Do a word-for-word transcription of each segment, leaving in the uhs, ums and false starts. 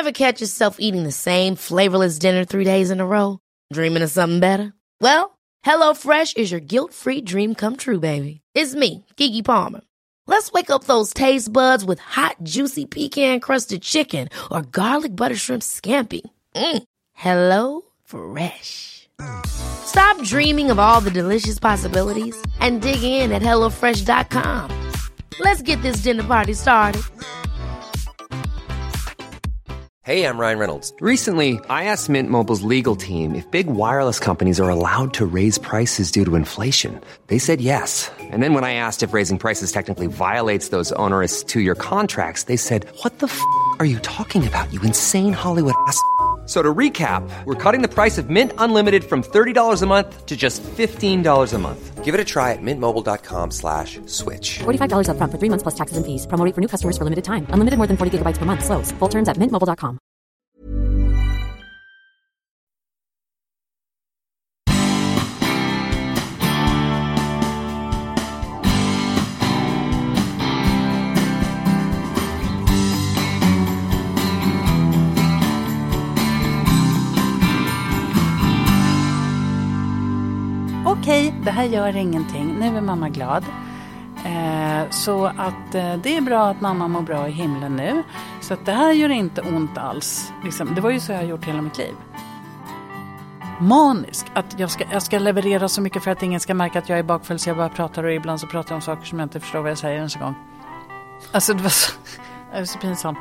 Ever catch yourself eating the same flavorless dinner three days in a row? Dreaming of something better? Well, HelloFresh is your guilt-free dream come true, baby. It's me, Keke Palmer. Let's wake up those taste buds with hot, juicy pecan-crusted chicken or garlic butter shrimp scampi. Mm. Hello Fresh. Stop dreaming of all the delicious possibilities and dig in at hello fresh dot com. Let's get this dinner party started. Hey, I'm Ryan Reynolds. Recently, I asked Mint Mobile's legal team if big wireless companies are allowed to raise prices due to inflation. They said yes. And then when I asked if raising prices technically violates those onerous two-year contracts, they said, what the f*** are you talking about, you insane Hollywood ass f- So to recap, we're cutting the price of Mint Unlimited from thirty dollars a month to just fifteen dollars a month. Give it a try at mintmobile.com slash switch. forty-five dollars up front for three months plus taxes and fees. Promo rate for new customers for limited time. Unlimited more than forty gigabytes per month. Slows full terms at mint mobile dot com. Okej, det här gör ingenting. Nu är mamma glad. Eh, så att eh, det är bra att mamma mår bra i himlen nu. Så att det här gör inte ont alls. Liksom, det var ju så jag har gjort hela mitt liv. Manisk. Att jag ska, jag ska leverera så mycket för att ingen ska märka att jag är bakfull. Så jag bara pratar och ibland så pratar jag om saker som jag inte förstår vad jag säger ens en gång. Alltså det var så, det var så pinsamt.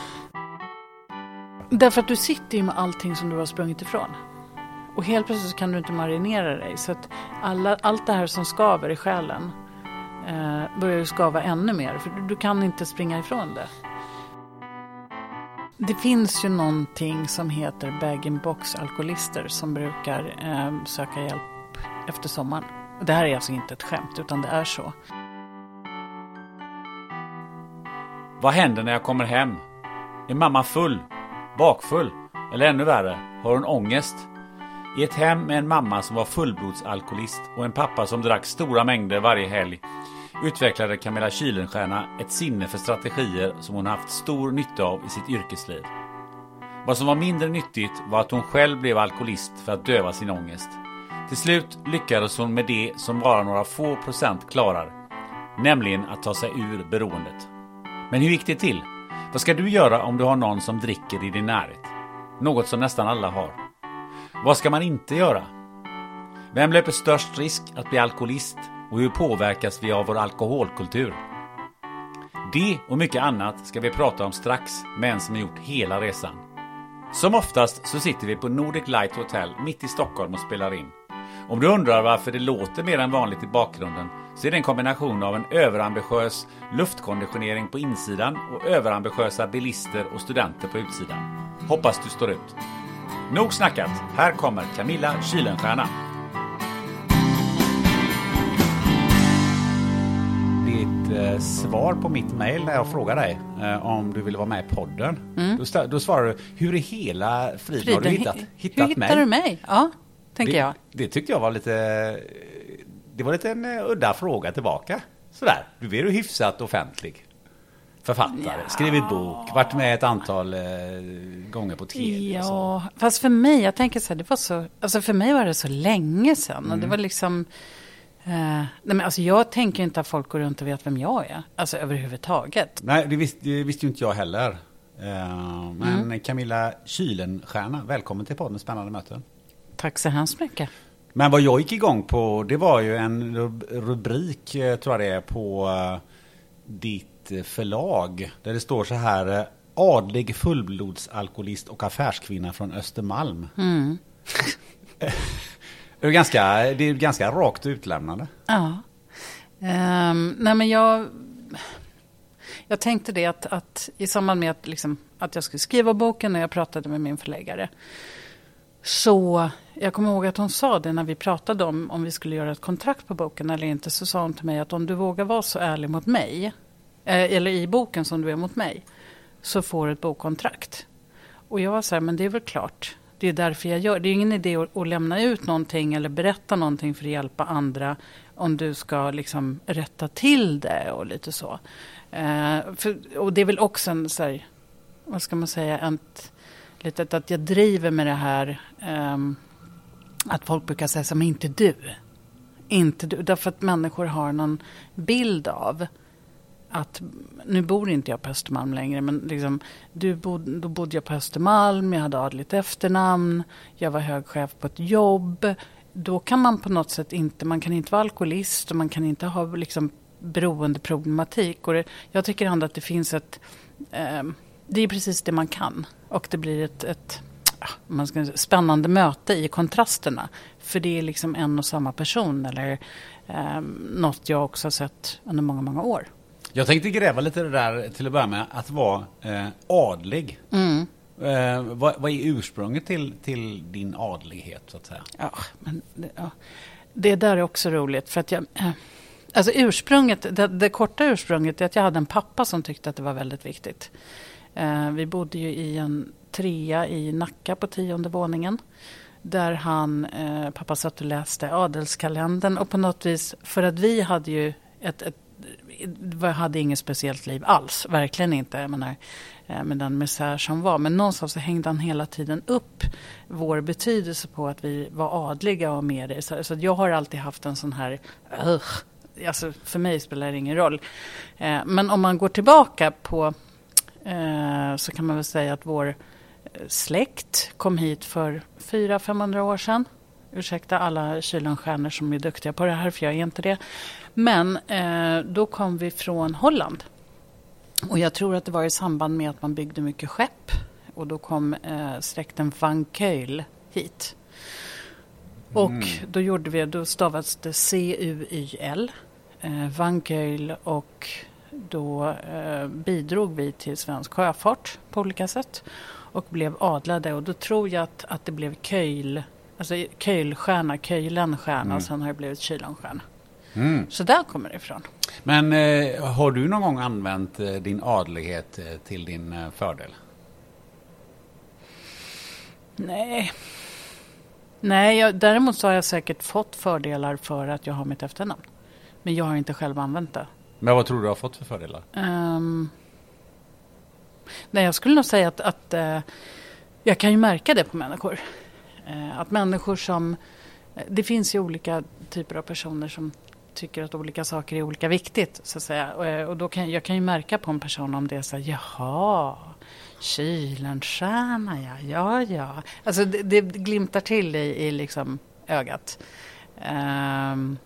Därför att du sitter ju med allting som du har sprungit ifrån. Och helt plötsligt så kan du inte marinera dig. Så att alla, allt det här som skaver i själen eh, börjar ju skava ännu mer. För du, du kan inte springa ifrån det. Det finns ju någonting som heter bag-in-box-alkoholister som brukar eh, söka hjälp efter sommaren. Och det här är alltså inte ett skämt utan det är så. Vad händer när jag kommer hem? Är mamma full? Bakfull? Eller ännu värre, har hon ångest? I ett hem med en mamma som var fullblodsalkoholist och en pappa som drack stora mängder varje helg utvecklade Camilla Kielenstierna ett sinne för strategier som hon haft stor nytta av i sitt yrkesliv. Vad som var mindre nyttigt var att hon själv blev alkoholist för att döva sin ångest. Till slut lyckades hon med det som bara några få procent klarar, nämligen att ta sig ur beroendet. Men hur gick det till? Vad ska du göra om du har någon som dricker i din närhet? Något som nästan alla har. Vad ska man inte göra? Vem löper störst risk att bli alkoholist och hur påverkas vi av vår alkoholkultur? Det och mycket annat ska vi prata om strax med en som har gjort hela resan. Som oftast så sitter vi på Nordic Light Hotel mitt i Stockholm och spelar in. Om du undrar varför det låter mer än vanligt i bakgrunden så är det en kombination av en överambitiös luftkonditionering på insidan och överambitiösa bilister och studenter på utsidan. Hoppas du står ut. Nog snackat, här kommer Camilla Kielenstierna. Ditt eh, svar på mitt mejl när jag frågar dig eh, om du vill vara med i podden. Mm. Då, st- då svarar du, hur är hela friden, friden har du hittat, hittat hur hittar mig? du mig? Ja, tänker det, jag. Det tyckte jag var lite, det var lite en uh, udda fråga tillbaka. Sådär, du är ju hyfsat offentlig. Författare, ja. Skrivit bok, varit med ett antal eh, gånger på T V. Ja, fast för mig, jag tänker så här, det var så, alltså för mig var det så länge sedan. Mm. Och det var liksom, eh, nej men alltså jag tänker inte att folk går runt och vet vem jag är. Alltså överhuvudtaget. Nej, det visste, det visste ju inte jag heller. Eh, men mm. Camilla Kielenstierna, välkommen till podden Spännande möten. Tack så hemskt mycket. Men vad jag gick igång på, det var ju en rubrik, tror jag det är, på uh, ditt förlag där det står så här: adlig fullblodsalkoholist och affärskvinna från Östermalm. Mm. det är ganska det är ganska rakt utlämnande. Ja. Um, nej men jag jag tänkte det att, att i samband med att liksom att jag skulle skriva boken och jag pratade med min förläggare. Så jag kommer ihåg att hon sa det när vi pratade om om vi skulle göra ett kontrakt på boken eller inte, så sa hon till mig att om du vågar vara så ärlig mot mig eller i boken som du är mot mig, så får du ett bokkontrakt. Och jag var så här, men det är väl klart. Det är därför jag gör. Det är ingen idé att, att lämna ut någonting eller berätta någonting för att hjälpa andra om du ska liksom rätta till det och lite så. Eh, för, och det är väl också en så här, vad ska man säga, ett, lite att jag driver med det här um, att folk brukar säga som inte du. Inte du. Därför att människor har någon bild av att, nu bor inte jag på Östermalm längre, men liksom, du bod, då bodde jag på Östermalm, jag hade adligt efternamn, jag var hög chef på ett jobb. Då kan man på något sätt inte, man kan inte vara alkoholist och man kan inte ha liksom beroendeproblematik. Och det, jag tycker ändå att det finns ett, eh, det är precis det man kan. Och det blir ett, ett man ska säga, spännande möte i kontrasterna. För det är liksom en och samma person, eller eh, något jag också har sett under många, många år. Jag tänkte gräva lite det där till att börja med, att vara eh, adlig. Mm. Eh, vad, vad är ursprunget till, till din adlighet, så att säga? Ja, men det, ja. det där är också roligt. För att jag, eh, alltså ursprunget, det, det korta ursprunget är att jag hade en pappa som tyckte att det var väldigt viktigt. Eh, vi bodde ju i en trea i Nacka på tionde våningen. Där han, eh, pappa satt och läste adelskalendern. Och på något vis, för att vi hade ju ett, ett vi hade inget speciellt liv alls, verkligen inte, jag menar, med den misär som var. Men någonstans så hängde han hela tiden upp vår betydelse på att vi var adliga och med det. Så, så jag har alltid haft en sån här, uh, alltså för mig spelar det ingen roll. Eh, men om man går tillbaka på, eh, så kan man väl säga att vår släkt kom hit för fyra till femhundra år sedan. Ursäkta alla kylanstjärnor som är duktiga på det här, för jag är inte det. Men eh, då kom vi från Holland. Och jag tror att det var i samband med att man byggde mycket skepp. Och då kom eh, släkten Van Kuyl hit. Och mm. då gjorde vi, då stavades det C U Y L. Eh, Van Kuyl, och då eh, bidrog vi till svensk sjöfart på olika sätt. Och blev adlade. Och då tror jag att, att det blev Kuyl. Alltså Köylstjärna, Köylenstjärna, mm. och sen har det blivit Kylanstjärna. Mm. Så där kommer det ifrån. Men eh, har du någon gång använt eh, din adlighet eh, till din eh, fördel? Nej. Nej, jag, däremot så har jag säkert fått fördelar för att jag har mitt efternamn. Men jag har inte själv använt det. Men vad tror du har fått för fördelar? Um, nej, jag skulle nog säga att, att uh, jag kan ju märka det på människor. Uh, att människor som... Det finns ju olika typer av personer som tycker att olika saker är olika viktigt, så att säga. Och, och då kan jag kan ju märka på en person om det är så här, jaha, Kylanstjärna, ja, ja, ja. Alltså det, det glimtar till i, i liksom ögat. Um,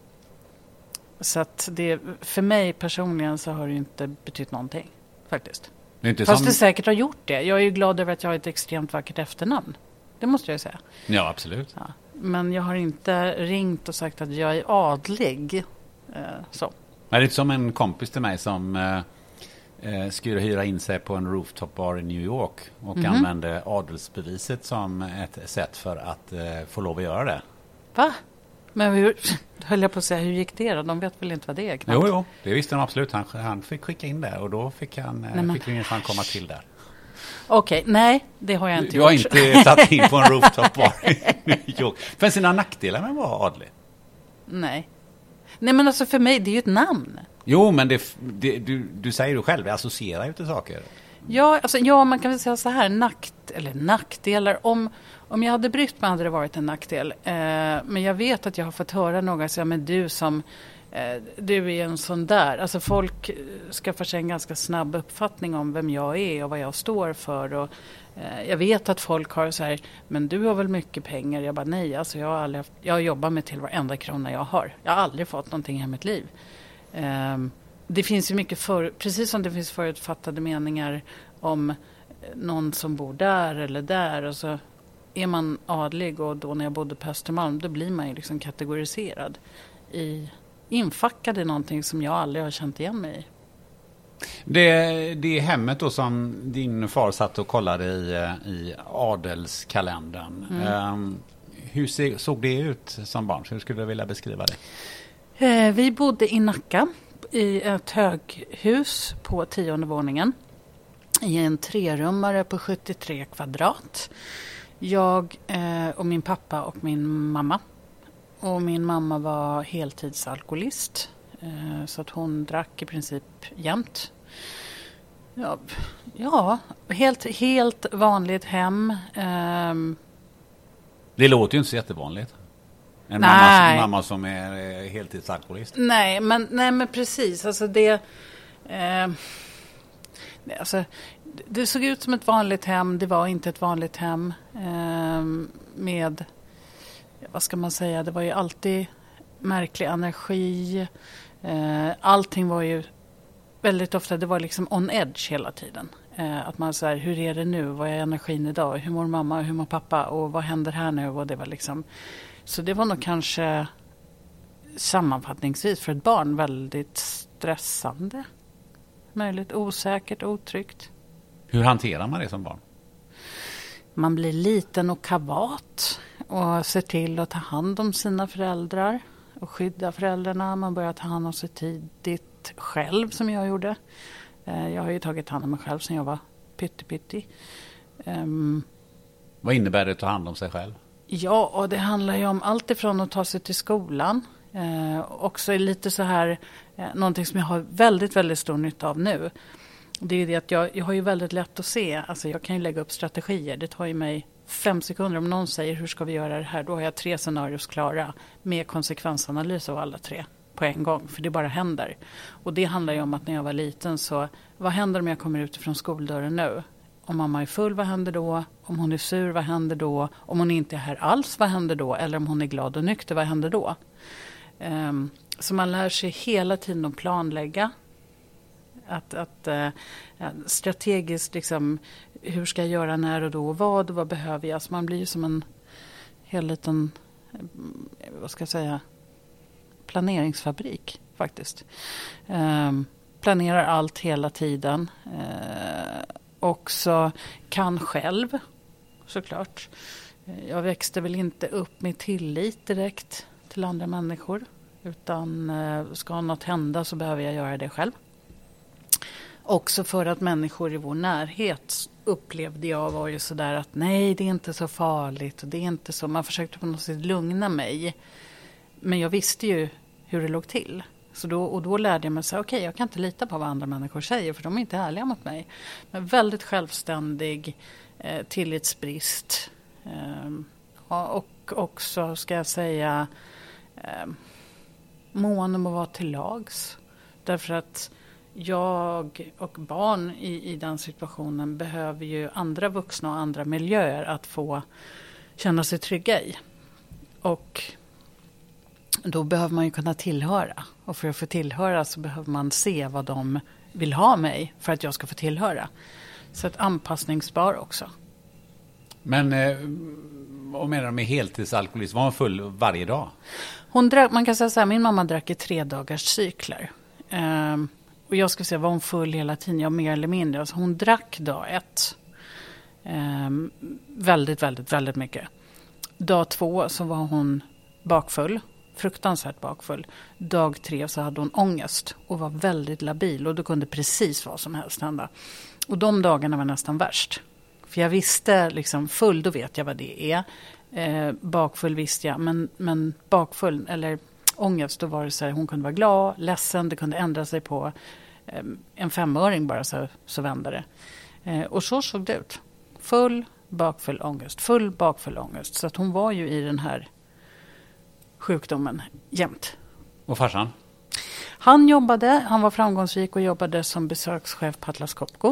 så att det, för mig personligen så har det inte betytt någonting, faktiskt. Det är inte Fast som... det säkert har gjort det. Jag är ju glad över att jag har ett extremt vackert efternamn. Det måste jag ju säga. Ja, absolut. Ja. Men jag har inte ringt och sagt att jag är adlig. Eh, så. Det är inte som en kompis till mig som eh, skulle hyra in sig på en rooftop bar i New York och mm-hmm. använde adelsbeviset som ett sätt för att eh, få lov att göra det. Va? Men hur, höll jag på att säga, hur gick det då? De vet väl inte vad det är knappt? Jo, jo, det visste de absolut. Han, han fick skicka in det och då fick han Nej, men... fick ingen fan komma till där. Okej, okay, nej, det har jag inte du, gjort. Du har inte satt in på en rooftop bar i New York. Finns det några nackdelar med att vara adlig? Nej. Nej, men alltså för mig, det är ju ett namn. Jo, men det, det, du, du säger ju själv, det associerar ju till saker. Ja, alltså, ja, man kan väl säga så här, nakt, eller nackdelar. Om, om jag hade brytt mig hade det varit en nackdel. Eh, men jag vet att jag har fått höra några säga, men du som... Du är en sån där. Alltså folk skaffar sig en ganska snabb uppfattning om vem jag är och vad jag står för. Och, eh, jag vet att folk har så här, men du har väl mycket pengar? Jag bara nej, alltså jag har aldrig haft, jag jobbar med till varenda krona jag har. Jag har aldrig fått någonting i mitt liv. Eh, det finns ju mycket för, precis som det finns förutfattade meningar om någon som bor där eller där. Och så är man adlig, och då när jag bodde på Östermalm, då blir man ju liksom kategoriserad i... infackade någonting som jag aldrig har känt igen mig i. Det, det hemmet då som din far satt och kollade i, i adelskalendern. Mm. Um, hur se, såg det ut som barn? Hur skulle du vilja beskriva det? Eh, vi bodde i Nacka i ett höghus på tionde våningen. I en trerummare på sjuttiotre kvadrat. Jag eh, och min pappa och min mamma. Och min mamma var heltidsalkoholist. Eh, så att hon drack i princip jämt. Ja, ja helt, helt vanligt hem. Um, det låter ju inte så jättevanligt. En nej. mamma, mamma som är heltidsalkoholist. Nej, men, nej, men precis. Alltså det, eh, alltså, det såg ut som ett vanligt hem. Det var inte ett vanligt hem. Eh, med, vad ska man säga, det var ju alltid märklig energi. Eh, allting var ju väldigt ofta, det var liksom on edge hela tiden. Eh, att man säger, hur är det nu? Vad är energin idag? Hur mår mamma? Hur mår pappa? Och vad händer här nu? Och det var liksom, så det var nog kanske sammanfattningsvis för ett barn väldigt stressande. Möjligt osäkert, otryggt. Hur hanterar man det som barn? Man blir liten och kavat och ser till att ta hand om sina föräldrar och skydda föräldrarna. Man börjar ta hand om sig tidigt själv, som jag gjorde. Jag har ju tagit hand om mig själv sedan jag var pyttepytti. Um, Vad innebär det att ta hand om sig själv? Ja, och det handlar ju om allt ifrån att ta sig till skolan. Eh, också lite så här, eh, någonting som jag har väldigt, väldigt stor nytta av nu. Det är ju det att jag, jag har ju väldigt lätt att se, alltså jag kan ju lägga upp strategier. Det tar ju mig fem sekunder om någon säger hur ska vi göra det här. Då har jag tre scenarios klara med konsekvensanalys av alla tre på en gång. För det bara händer. Och det handlar ju om att när jag var liten så, vad händer om jag kommer ut från skoldörren nu? Om mamma är full, vad händer då? Om hon är sur, vad händer då? Om hon inte är här alls, vad händer då? Eller om hon är glad och nykter, vad händer då? Um, så man lär sig hela tiden att planlägga. Att, att uh, strategiskt, liksom, hur ska jag göra när och då? Och vad och vad behöver jag? Så man blir ju som en hel liten, vad ska jag säga, planeringsfabrik faktiskt. Um, planerar allt hela tiden. Uh, också kan själv, såklart. Jag växte väl inte upp med tillit direkt till andra människor. Utan ska något hända så behöver jag göra det själv. Också för att människor i vår närhet upplevde jag var ju sådär att nej, det är inte så farligt. Och det är inte så. Man försökte på något sätt lugna mig. Men jag visste ju hur det låg till. Så då, och då lärde jag mig så okej, okay, jag kan inte lita på vad andra människor säger för de är inte ärliga mot mig. Men väldigt självständig, eh, tillitsbrist. Eh, och också, ska jag säga, eh, mån om att vara till lags. Därför att jag och barn i, i den situationen behöver ju andra vuxna och andra miljöer att få känna sig trygga i. Och då behöver man ju kunna tillhöra. Och för att få tillhöra så behöver man se vad de vill ha mig för att jag ska få tillhöra. Så att anpassningsbar också. Men eh, vad menar du med heltidsalkoholism? Var hon full varje dag? Hon drack, man kan säga så här, min mamma drack i tre dagars cykler. Ehm, och jag ska säga, var hon full hela tiden? Ja, mer eller mindre. Alltså, hon drack dag ett. Ehm, väldigt, väldigt, väldigt mycket. Dag två så var hon bakfull. Fruktansvärt bakfull. Dag tre så hade hon ångest och var väldigt labil. Och då kunde precis vad som helst hända. Och de dagarna var nästan värst. För jag visste, liksom, full, då vet jag vad det är. Eh, bakfull visste jag. Men, men bakfull, eller ångest, då var det så här, hon kunde vara glad, ledsen. Det kunde ändra sig på eh, en femöring bara, så, så vände det. Eh, och så såg det ut. Full, bakfull, ångest. Full, bakfull, ångest. Så att hon var ju i den här sjukdomen jämt. Och farsan? Han jobbade, han var framgångsrik och jobbade som besökschef på Atlas Copco.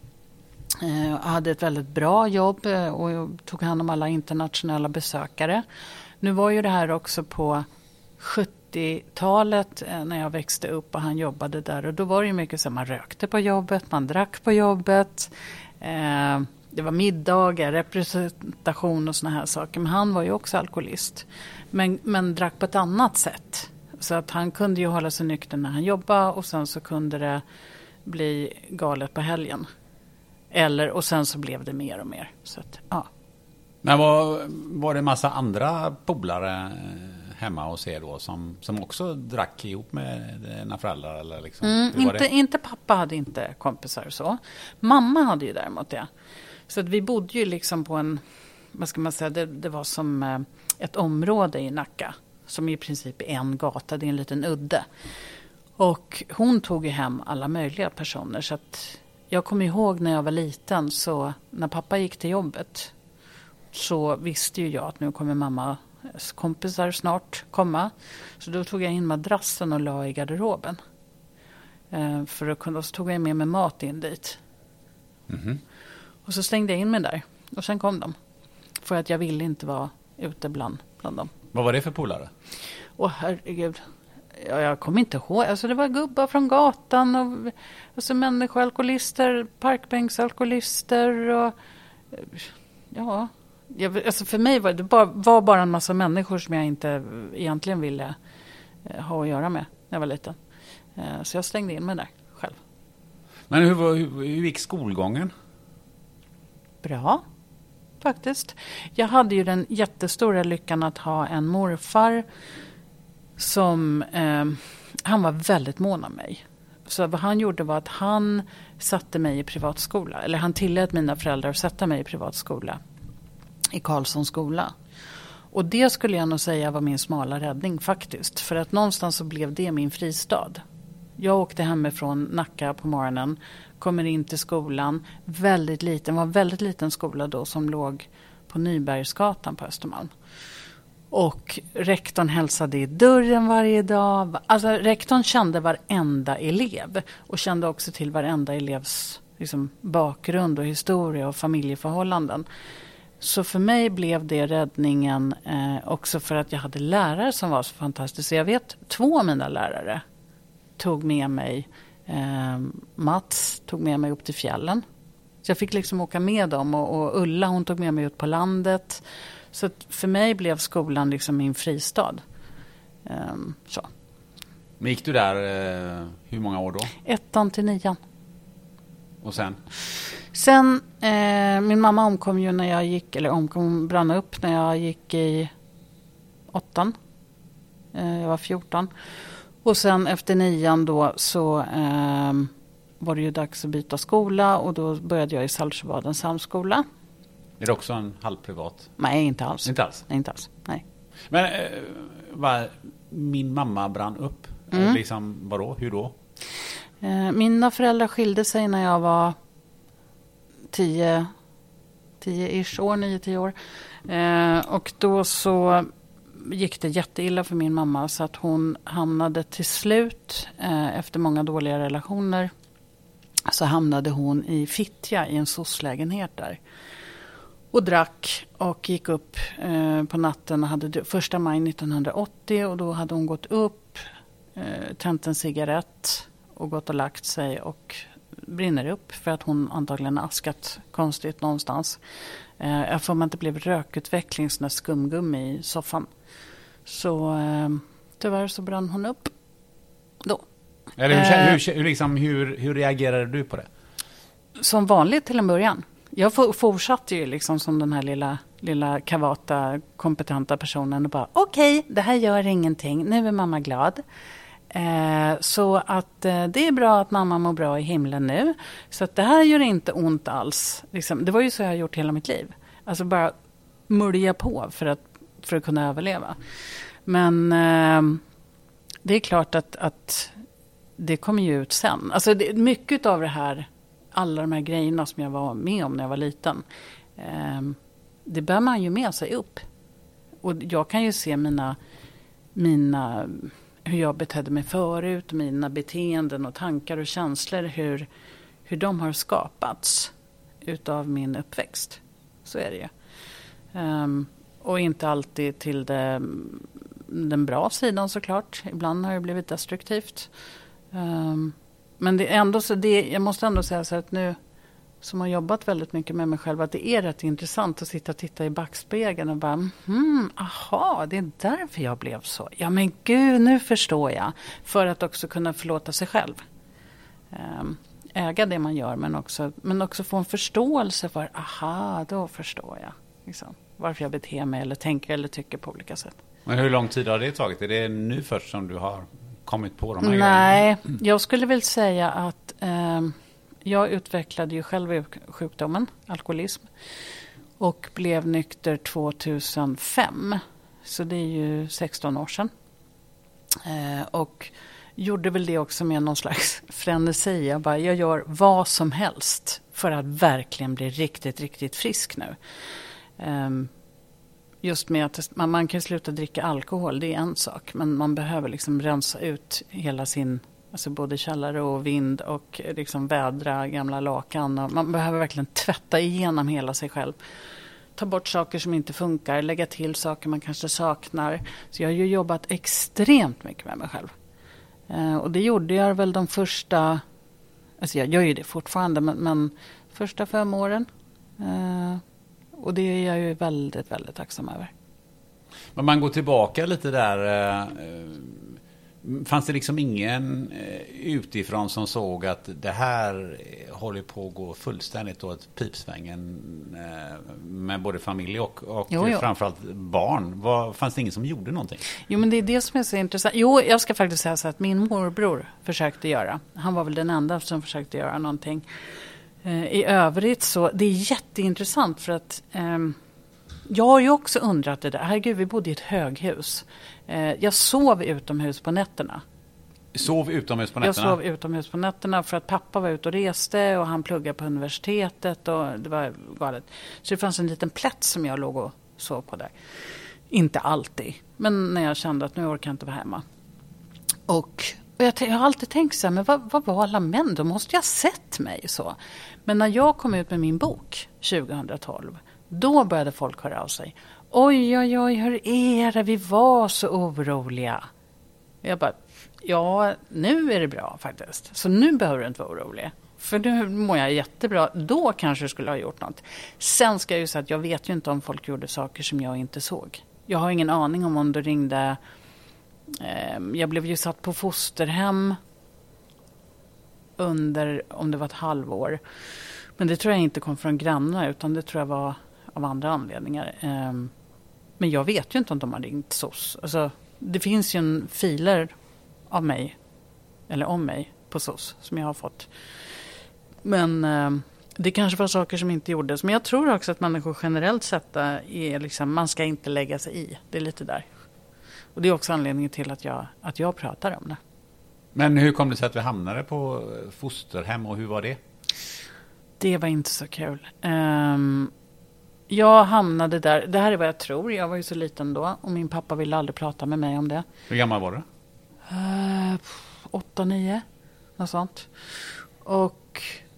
Eh, hade ett väldigt bra jobb och tog hand om alla internationella besökare. Nu var ju det här också på sjuttiotalet eh, när jag växte upp och han jobbade där. Och då var det ju mycket så man rökte på jobbet, man drack på jobbet. Eh, det var middagar, representation och såna här saker. Men han var ju också alkoholist. Men, men drack på ett annat sätt. Så att han kunde ju hålla sig nykter när han jobbade och sen så kunde det bli galet på helgen. Eller, och sen så blev det mer och mer. Så att, ja. Men var, var det en massa andra polare hemma hos er då som, som också drack ihop med dina föräldrar? Eller liksom? Mm, inte, inte pappa hade inte kompisar så. Mamma hade ju däremot det. Så att vi bodde ju liksom på en, vad ska man säga, det, det var som ett område i Nacka. Som i princip är en gata, det är en liten udde. Och hon tog ju hem alla möjliga personer så att jag kommer ihåg när jag var liten, så när pappa gick till jobbet så visste ju jag att nu kommer mammas kompisar snart komma. Så då tog jag in madrassen och la i garderoben. Eh, för att kunna, så tog jag med mig mat in dit. Mm-hmm. Och så stängde jag in mig där. Och sen kom de. För att jag ville inte vara ute bland, bland dem. Vad var det för polare? Åh herregud. Ja, jag kommer inte ihåg. Alltså det var gubbar från gatan. Och, alltså människoalkoholister, parkbänksalkoholister. Och, ja, jag, alltså för mig var det bara, var bara en massa människor som jag inte egentligen ville eh, ha att göra med när jag var liten. Eh, så jag stängde in mig där själv. Men hur, var, hur, hur gick skolgången? Bra, faktiskt. Jag hade ju den jättestora lyckan att ha en morfar som, eh, han var väldigt mån om mig. Så vad han gjorde var att han satte mig i privatskola. Eller han tillät mina föräldrar att sätta mig i privatskola. I Karlssons skola. Och det skulle jag nog säga var min smala räddning faktiskt. För att någonstans så blev det min fristad. Jag åkte hemifrån Nacka på morgonen. Kommer in till skolan. Väldigt liten, var en väldigt liten skola då som låg på Nybergsgatan på Östermalm. Och rektorn hälsade i dörren varje dag. Alltså rektorn kände varenda elev. Och kände också till varenda elevs liksom, bakgrund och historia och familjeförhållanden. Så för mig blev det räddningen eh, också för att jag hade lärare som var så fantastiska. Jag vet två av mina lärare tog med mig, eh, Mats tog med mig upp till fjällen. Så jag fick liksom åka med dem och, och Ulla hon tog med mig ut på landet. Så att för mig blev skolan liksom min fristad. Eh, så. Men gick du där eh, hur många år då? Ettan till nian. Och sen? Sen, eh, min mamma omkom ju när jag gick, eller omkom, brann upp när jag gick i åttan. Eh, jag var fjorton. Och sen efter nian då så eh, var det ju dags att byta skola och då började jag i Saltsjöbadens samskola. Är det också en halvprivat? Nej, inte alls. Inte alls? Nej, inte alls, nej. Men eh, va, min mamma brann upp. Mm. Liksom, vadå? Hur då? Eh, mina föräldrar skilde sig när jag var tio, tio-ish år, nio, tio år. Eh, och då så gick det jätteilla för min mamma så att hon hamnade till slut, eh, efter många dåliga relationer, så hamnade hon i Fittja i en soc-lägenhet där. Och drack och gick upp eh, på natten och hade första maj nittonhundraåttio och då hade hon gått upp, eh, tänt en cigarett och gått och lagt sig och brinner upp för att hon antagligen askat konstigt någonstans. Eh, jag får man inte blev rökutveckling, sån där skumgummi i soffan. Så eh, tyvärr så brann hon upp då. Eller hur, Eh, hur, hur, liksom, hur, hur reagerade du på det? Som vanligt till en början. Jag for, fortsatte ju liksom som den här lilla, lilla kavata, kompetenta personen och bara okej, okay, det här gör ingenting. Nu är mamma glad. Eh, så att eh, det är bra att mamma mår bra i himlen nu. Så att det här gör inte ont alls. Liksom, det var ju så jag har gjort hela mitt liv. Alltså bara mulja på för att, för att kunna överleva. Men eh, det är klart att, att det kommer ju ut sen. Alltså det, mycket av det här, alla de här grejerna som jag var med om när jag var liten. Eh, det bär man ju med sig upp. Och jag kan ju se mina... mina hur jag betedde mig förut, mina beteenden och tankar och känslor, hur, hur de har skapats utav min uppväxt. Så är det ju. Um, och inte alltid till det, den bra sidan såklart. Ibland har det blivit destruktivt. Um, men det är ändå så, det, jag måste ändå säga så att nu som har jobbat väldigt mycket med mig själv, att det är rätt intressant att sitta och titta i backspegeln och bara, hmm, aha, det är därför jag blev så. Ja men gud, nu förstår jag. För att också kunna förlåta sig själv. Äga det man gör, men också, men också få en förståelse för, aha, då förstår jag. Liksom, varför jag beter mig eller tänker eller tycker på olika sätt. Men hur lång tid har det tagit? Är det nu först som du har kommit på de här Nej, grejerna? jag skulle väl säga att... Eh, Jag utvecklade ju själv sjukdomen, alkoholism, och blev nykter tvåtusenfem. Så det är ju sexton år sedan. Eh, och gjorde väl det också med någon slags frenesi. Jag bara, jag gör vad som helst för att verkligen bli riktigt, riktigt frisk nu. Um, just med att man, man kan sluta dricka alkohol, det är en sak. Men man behöver liksom rensa ut hela sin, alltså både källare och vind och liksom vädra gamla lakan. Och man behöver verkligen tvätta igenom hela sig själv. Ta bort saker som inte funkar, lägga till saker man kanske saknar. Så jag har ju jobbat extremt mycket med mig själv. Uh, och det gjorde jag väl de första, alltså jag gör ju det fortfarande, men, men första fem åren. Uh, och det är jag ju väldigt, väldigt tacksam över. Men man går tillbaka lite där. Uh, fanns det liksom ingen uh, utifrån som såg att det här håller på att gå fullständigt åt pipsvängen uh, med både familj och, och jo, jo. framförallt barn? Var, fanns det ingen som gjorde någonting? Jo, men det är det som är så intressant. Jo, jag ska faktiskt säga så att min morbror försökte göra. Han var väl den enda som försökte göra någonting. Uh, I övrigt så, det är jätteintressant för att um, jag har ju också undrat det där. Herregud, vi bodde i ett höghus. Uh, jag sov utomhus på nätterna. Sov utomhus på nätterna? Jag sov utomhus på nätterna för att pappa var ute och reste och han pluggade på universitetet och det var galet. Så det fanns en liten plätt som jag låg och sov på där. Inte alltid, men när jag kände att nu orkar jag inte vara hemma. Och, och jag, jag har alltid tänkt så här, men vad, vad var alla män? De måste ju ha sett mig så. Men när jag kom ut med min bok tjugohundratolv, då började folk höra av sig. Oj, oj, oj, hur är det? Vi var så oroliga. Jag bara, ja, nu är det bra faktiskt. Så nu behöver du inte vara orolig. För nu mår jag jättebra. Då kanske jag skulle ha gjort något. Sen ska jag ju säga att jag vet ju inte om folk gjorde saker som jag inte såg. Jag har ingen aning om om du ringde. Eh, jag blev ju satt på fosterhem under, om det var ett halvår. Men det tror jag inte kom från grannar, utan det tror jag var av andra anledningar. Eh, men jag vet ju inte om de har ringt S O S. Alltså, det finns ju en filer av mig, eller om mig, på S O S som jag har fått. Men eh, det kanske var saker som inte gjordes. Men jag tror också att människor generellt sett är liksom, man ska inte lägga sig i. Det är lite där. Och det är också anledningen till att jag, att jag pratar om det. Men hur kom det sig att vi hamnade på fosterhem och hur var det? Det var inte så kul. Um, jag hamnade där, det här är vad jag tror. Jag var ju så liten då och min pappa ville aldrig prata med mig om det. Hur gammal var du? Uh, åtta, nio, något sånt. Och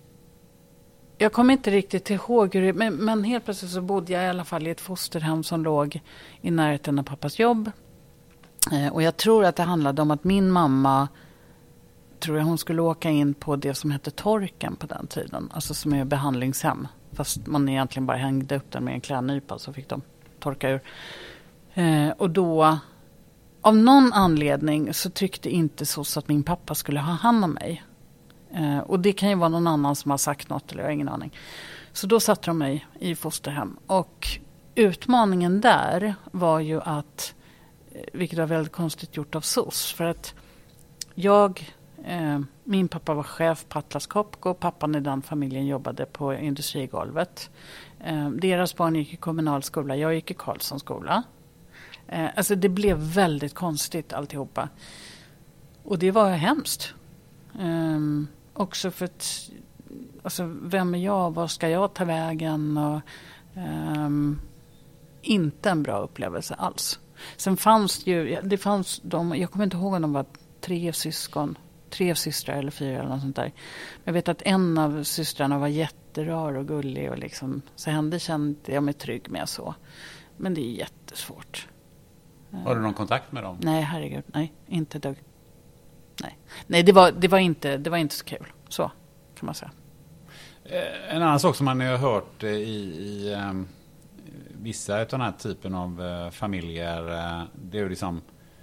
jag kommer inte riktigt ihåg hur det, men, men helt plötsligt så bodde jag i alla fall i ett fosterhem som låg i närheten av pappas jobb. Uh, och jag tror att det handlade om att min mamma, tror jag hon skulle åka in på det som hette Torken på den tiden. Alltså som är behandlingshem. Fast man egentligen bara hängde upp den med en klädnypa så fick de torka ur. Uh, och då, av någon anledning så tyckte inte så att min pappa skulle ha hand om mig. Eh, och det kan ju vara någon annan som har sagt något, eller jag har ingen aning. Så då satte de mig i fosterhem. Och utmaningen där var ju att, vilket var väldigt konstigt gjort av S O S, för att jag, eh, min pappa var chef på Atlas Copco, pappan i den familjen jobbade på industrigolvet. Eh, deras barn gick i kommunal skola, jag gick i Karlssons skola. Eh, alltså det blev väldigt konstigt alltihopa. Och det var hemskt. Um, också för att, alltså, vem är jag? Vad ska jag ta vägen? Och, um, inte en bra upplevelse alls. Sen fanns ju, det fanns de, jag kommer inte ihåg om de var tre syskon, tre systrar eller fyra eller något sånt där. Jag vet att en av systrarna var jätterar och gullig och liksom, så hände kände jag mig trygg med så. Men det är jättesvårt. Har du någon kontakt med dem? Nej, herregud, nej, inte dugg. Nej, nej det, var, det, var inte, det var inte så kul. Så kan man säga. En annan sak som man har hört i, i um, vissa av den här typen av uh, familjer, uh, det är ju liksom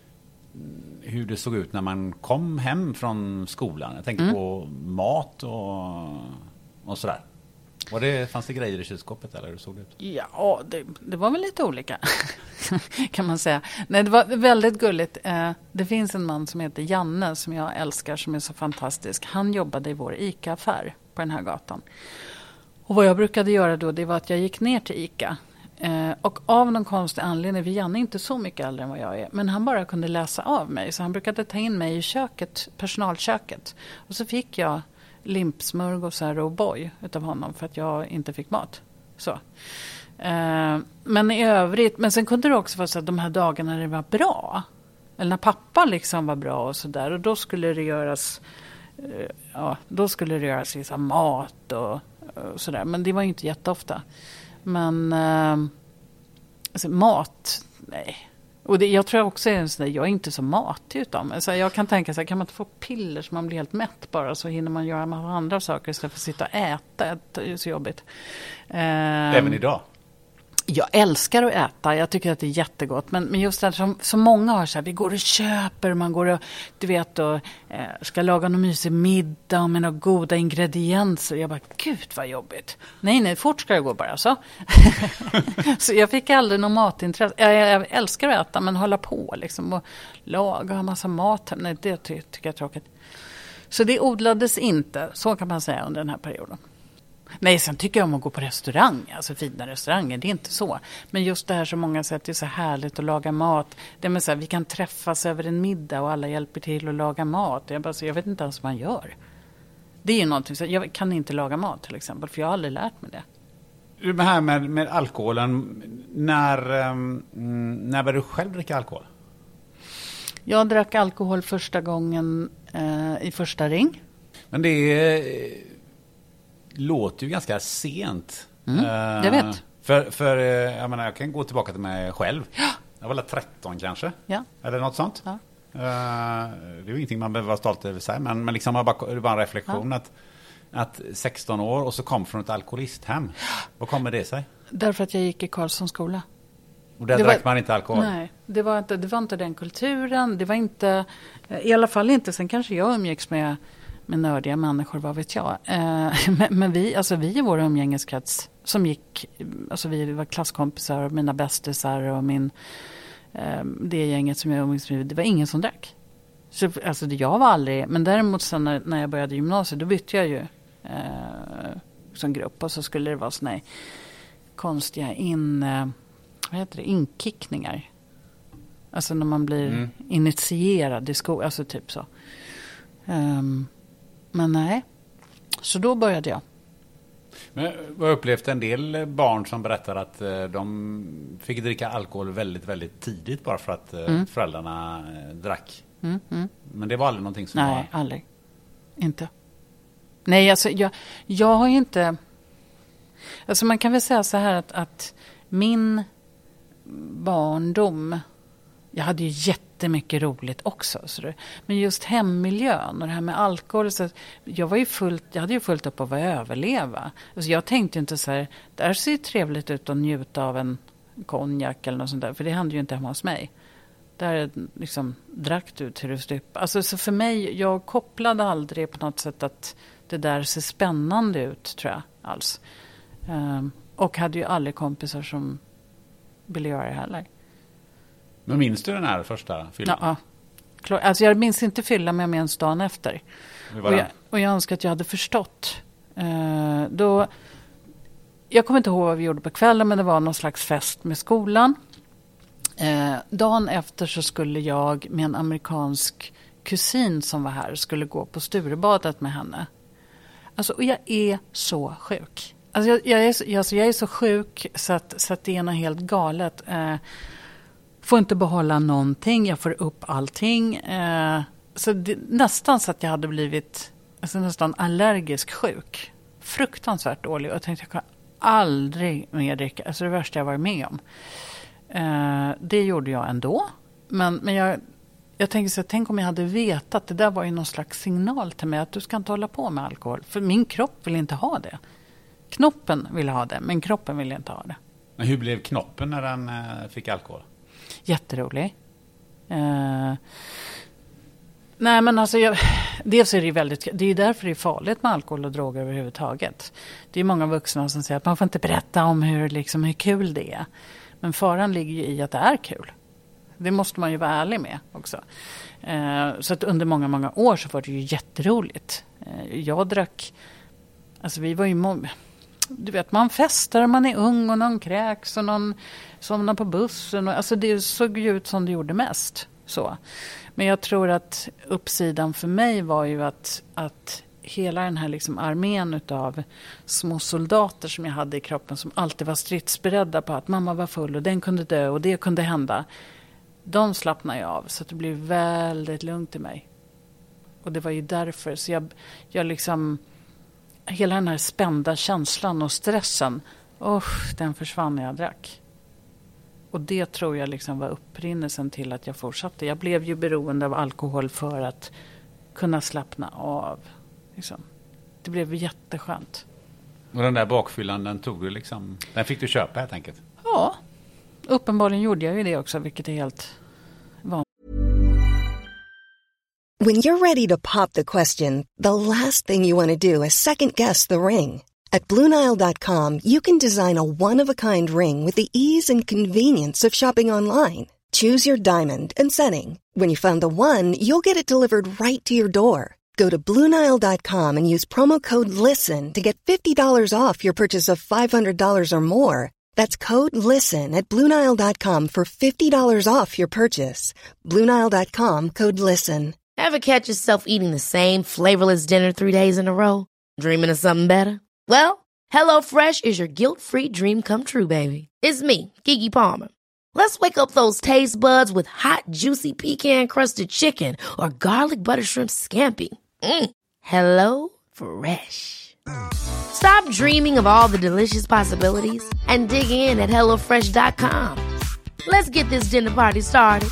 hur det såg ut när man kom hem från skolan. Jag tänker mm. på mat och, och sådär. Var det, fanns det grejer i kylskåpet eller hur såg det ut? Ja, det, det var väl lite olika kan man säga. Nej, det var väldigt gulligt. Det finns en man som heter Janne som jag älskar, som är så fantastisk. Han jobbade i vår ICA-affär på den här gatan. Och vad jag brukade göra då, det var att jag gick ner till ICA Eh, och av någon konstig anledning, för Janne är inte så mycket äldre än vad jag är, men han bara kunde läsa av mig. Så han brukade ta in mig i köket, personalköket. Och så fick jag limpsmörgåsar och boy utav honom för att jag inte fick mat. Så. Eh, men i övrigt, men sen kunde det också vara så att de här dagarna när det var bra, eller när pappa liksom var bra och sådär, och då skulle det göras eh, ja, då skulle det göras liksom mat och, och sådär, men det var ju inte jätteofta. Men eh, alltså, mat, nej. Och det, jag tror också är så där, jag är inte så matig utav alltså, jag kan tänka så här, kan man inte få piller så man blir helt mätt bara, så hinner man göra en massa andra saker istället för att sitta och äta. Det är så jobbigt. Eh, Även idag? Jag älskar att äta. Jag tycker att det är jättegott. Men, men just det som, som många har så här, vi går och köper, man går och, du vet, och eh, ska laga någon mysig middag med några goda ingredienser. Jag bara, gud vad jobbigt. Nej, nej, fort ska det gå bara så. Så jag fick aldrig någon matintresse. Jag, jag älskar att äta, men hålla på liksom och laga en massa mat. Nej, det ty- tycker jag är tråkigt. Så det odlades inte, så kan man säga, under den här perioden. Nej, sen tycker jag om att gå på restaurang, alltså fina restauranger, det är inte så. Men just det här som många säger, det är så härligt att laga mat. Det är med så här, vi kan träffas över en middag och alla hjälper till att laga mat. Jag, bara, så, jag vet inte ens vad man gör. Det är ju någonting, så jag kan inte laga mat till exempel, för jag har aldrig lärt mig det. Det här med, med alkoholen, när, um, när började du själv dricka alkohol? Jag drack alkohol första gången eh, i första ring. Men det är... låter ju ganska sent. Mm, jag vet. För, för jag menar, jag kan gå tillbaka till mig själv. Ja. Jag var väl tretton kanske. Ja. Eller något sånt. Ja. Det är ju ingenting man behöver vara stolt över sig. Men, men liksom, det är bara en reflektion ja. att, att sexton år och så kom från ett alkoholisthem. Vad kommer det sig? Därför att jag gick i Karlssons skola. Och där det drack var, man inte alkohol? Nej, det var inte, det var inte den kulturen. Det var inte, i alla fall inte. Sen kanske jag umgicks med med nördiga människor, vad vet jag. Eh, men, men vi, alltså vi i vår umgängeskrets som gick, alltså vi var klasskompisar, mina bästisar och min, eh, det gänget som jag umgicks med, det var ingen som drack. Så, alltså jag var aldrig, men däremot sen när, när jag började gymnasiet, då bytte jag ju eh, som grupp, och så skulle det vara såna här konstiga in, eh, vad heter det, inkickningar. Alltså när man blir mm. initierad i skolan, alltså typ så. Um, Men nej. Så då började jag. Men jag har upplevt en del barn som berättar att de fick dricka alkohol väldigt, väldigt tidigt bara för att mm. föräldrarna drack. Mm, mm. Men det var aldrig någonting som Nej, var... Nej, aldrig. Inte. Nej, alltså jag, jag har ju inte... Alltså man kan väl säga så här att, att min barndom... Jag hade ju jättemycket roligt också. Så det, men just hemmiljön och det här med alkohol. Så jag, var ju fullt, jag hade ju fullt upp av att överleva. Alltså jag tänkte inte så här, där ser det trevligt ut att njuta av en konjak eller något sånt där. För det hände ju inte hemma hos mig. Där liksom drack du till du stup. Alltså så för mig, jag kopplade aldrig på något sätt att det där ser spännande ut, tror jag, alls. Um, och hade ju aldrig kompisar som ville göra det heller. Men minns du den här första fyllan? Ja, ja. Alltså jag minns inte fylla, men jag minns dagen efter. Och jag, och jag önskar att jag hade förstått. Uh, då, jag kommer inte ihåg vad vi gjorde på kvällen, men det var någon slags fest med skolan. Uh, dagen efter så skulle jag med en amerikansk kusin som var här, skulle gå på Sturebadet med henne. Alltså, och jag är så sjuk. Alltså jag, jag, är, så, alltså jag är så sjuk så att, så att det är något helt galet. Uh, Får inte behålla någonting. Jag får upp allting. Eh, så det, nästan så att jag hade blivit alltså nästan allergisk sjuk. Fruktansvärt dålig. Och jag tänkte att jag kan aldrig mer dricka. Alltså det värsta jag varit med om. Eh, det gjorde jag ändå. Men, men jag, jag tänkte så här, tänk om jag hade vetat. Det där var ju någon slags signal till mig. Att du ska inte hålla på med alkohol. För min kropp vill inte ha det. Knoppen vill ha det. Men kroppen vill inte ha det. Men hur blev knoppen när den eh, fick alkohol? Jätterolig. Uh, nej men alltså jag, dels är det väldigt, det är därför det är farligt med alkohol och droger överhuvudtaget. Det är många vuxna som säger att man får inte berätta om hur, liksom, hur kul det är. Men faran ligger ju i att det är kul. Det måste man ju vara ärlig med också. Uh, så att under många, många år så var det ju jätteroligt. Uh, jag drack, alltså vi var ju många, du vet, man festar, man är ung och någon kräks och någon somnar på bussen. Och, alltså det såg ju ut som det gjorde mest. Så. Men jag tror att uppsidan för mig var ju att, att hela den här liksom armén utav små soldater som jag hade i kroppen som alltid var stridsberedda på att mamma var full och den kunde dö och det kunde hända. De slappnade jag av så att det blev väldigt lugnt i mig. Och det var ju därför så jag, jag liksom hela den här spända känslan och stressen, oh, den försvann när jag drack. Och det tror jag liksom var upprinnelsen till att jag fortsatte. Jag blev ju beroende av alkohol för att kunna slappna av. Liksom. Det blev jätteskönt. Och den där bakfyllan, den tog du liksom, den fick du köpa helt enkelt? Ja, uppenbarligen gjorde jag ju det också, vilket är helt vanligt. When you're ready to pop the question, the last thing you want to do is second guess the ring. At Blue Nile dot com, you can design a one-of-a-kind ring with the ease and convenience of shopping online. Choose your diamond and setting. When you find the one, you'll get it delivered right to your door. Go to Blue Nile dot com and use promo code LISTEN to get fifty dollars off your purchase of five hundred dollars or more. That's code LISTEN at Blue Nile dot com for fifty dollars off your purchase. Blue Nile dot com, code LISTEN. Ever catch yourself eating the same flavorless dinner three days in a row? Dreaming of something better? Well, HelloFresh is your guilt-free dream come true, baby. It's me, Keke Palmer. Let's wake up those taste buds with hot, juicy pecan-crusted chicken or garlic butter shrimp scampi. Mm. Hello Fresh. Stop dreaming of all the delicious possibilities and dig in at hello fresh dot com. Let's get this dinner party started.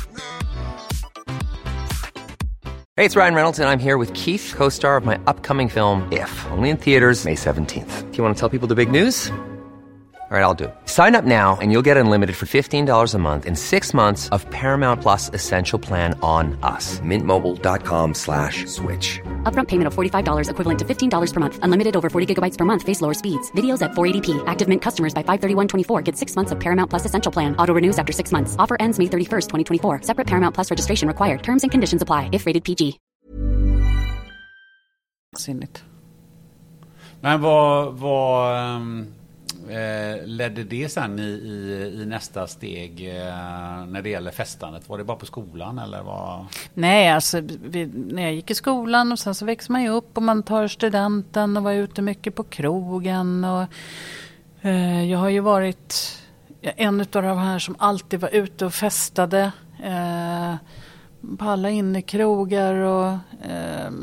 Hey, it's Ryan Reynolds, and I'm here with Keith, co-star of my upcoming film, If, only in theaters May seventeenth. Do you want to tell people the big news? All right, I'll do it. Sign up now and you'll get unlimited for fifteen dollars a month and six months of Paramount Plus Essential Plan on us. Mint Mobile dot com slash switch. Upfront payment of forty-five dollars equivalent to fifteen dollars per month. Unlimited over forty gigabytes per month. Face lower speeds. Videos at four eighty p. Active Mint customers by five thirty-one twenty-four get six months of Paramount Plus Essential Plan. Auto renews after six months. Offer ends May thirty-first, twenty twenty-four. Separate Paramount Plus registration required. Terms and conditions apply if rated P G. Sinnigt. Men vad, vad um, eh, ledde det sen i, i, i nästa steg eh, när det gäller festandet? Var det bara på skolan eller vad? Nej, alltså vi, när jag gick i skolan och sen så växer man ju upp och man tar studenten och var ute mycket på krogen och eh, jag har ju varit en av de här som alltid var ute och festade eh, på alla innekrogar och eh,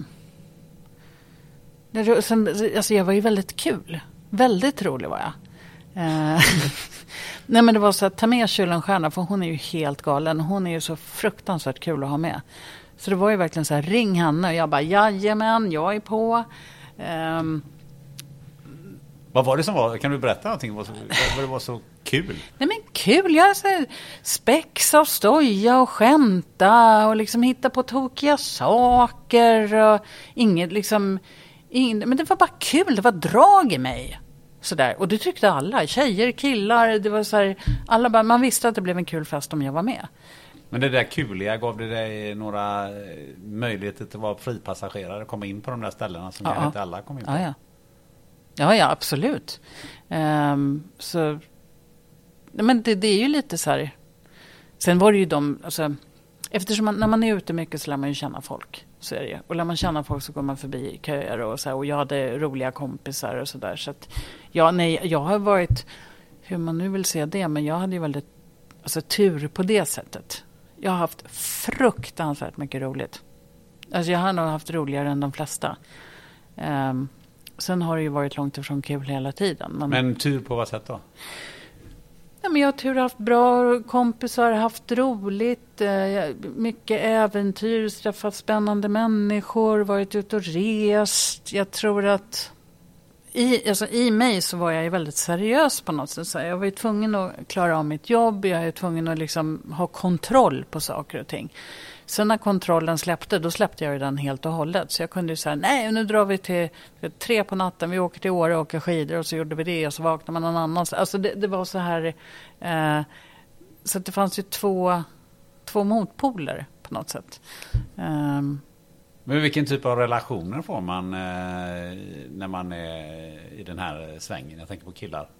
Sen, alltså jag var ju väldigt kul. Väldigt rolig var jag. Eh, Nej men det var så att ta med Kyllenstierna för hon är ju helt galen. Hon är ju så fruktansvärt kul att ha med. Så det var ju verkligen så här, ring henne. Och jag bara, jajamän, jag är på. Eh, Vad var det som var, kan du berätta någonting vad, vad det var så kul? Nej men kul, jag så här, spexa och stoja och skämta och liksom hitta på tokiga saker och inget liksom... Men det var bara kul, det var drag i mig. Sådär. Och det tyckte alla, tjejer, killar, det var så här, alla bara, man visste att det blev en kul fest om jag var med. Men det där kuliga, gav det dig några möjligheter till att vara fripassagerare, komma in på de där ställena som ja. inte alla kom in på? Ja, ja. Ja, ja, absolut. Um, så, men det, det är ju lite så här, sen var det ju de, alltså, eftersom man, när man är ute mycket så lär man ju känna folk. Så är det. Och när man känner folk så går man förbi köer och så här, och jag hade roliga kompisar och sådär. Så att, ja, nej, jag har varit, hur man nu vill se det, men jag hade ju väldigt alltså, tur på det sättet. Jag har haft fruktansvärt mycket roligt. Alltså jag har nog haft roligare än de flesta. Um, sen har det ju varit långt ifrån kul hela tiden. Men, men tur på vad sätt då? Ja, men jag har tur haft bra kompisar, haft roligt, eh, mycket äventyr, träffat spännande människor, varit ute och rest. Jag tror att i, alltså, i mig så var jag ju väldigt seriös på något sätt. Så jag var ju tvungen att klara av mitt jobb, jag är tvungen att liksom ha kontroll på saker och ting. Sen när kontrollen släppte, då släppte jag ju den helt och hållet. Så jag kunde ju säga, nej nu drar vi till tre på natten, vi åker till Åre och åker skidor och så gjorde vi det och så vaknade man någon annanstans. Alltså det, det var så här, eh, så att det fanns ju två, två motpoler på något sätt. Eh, Men vilken typ av relationer får man eh, när man är i den här svängen? Jag tänker på killar.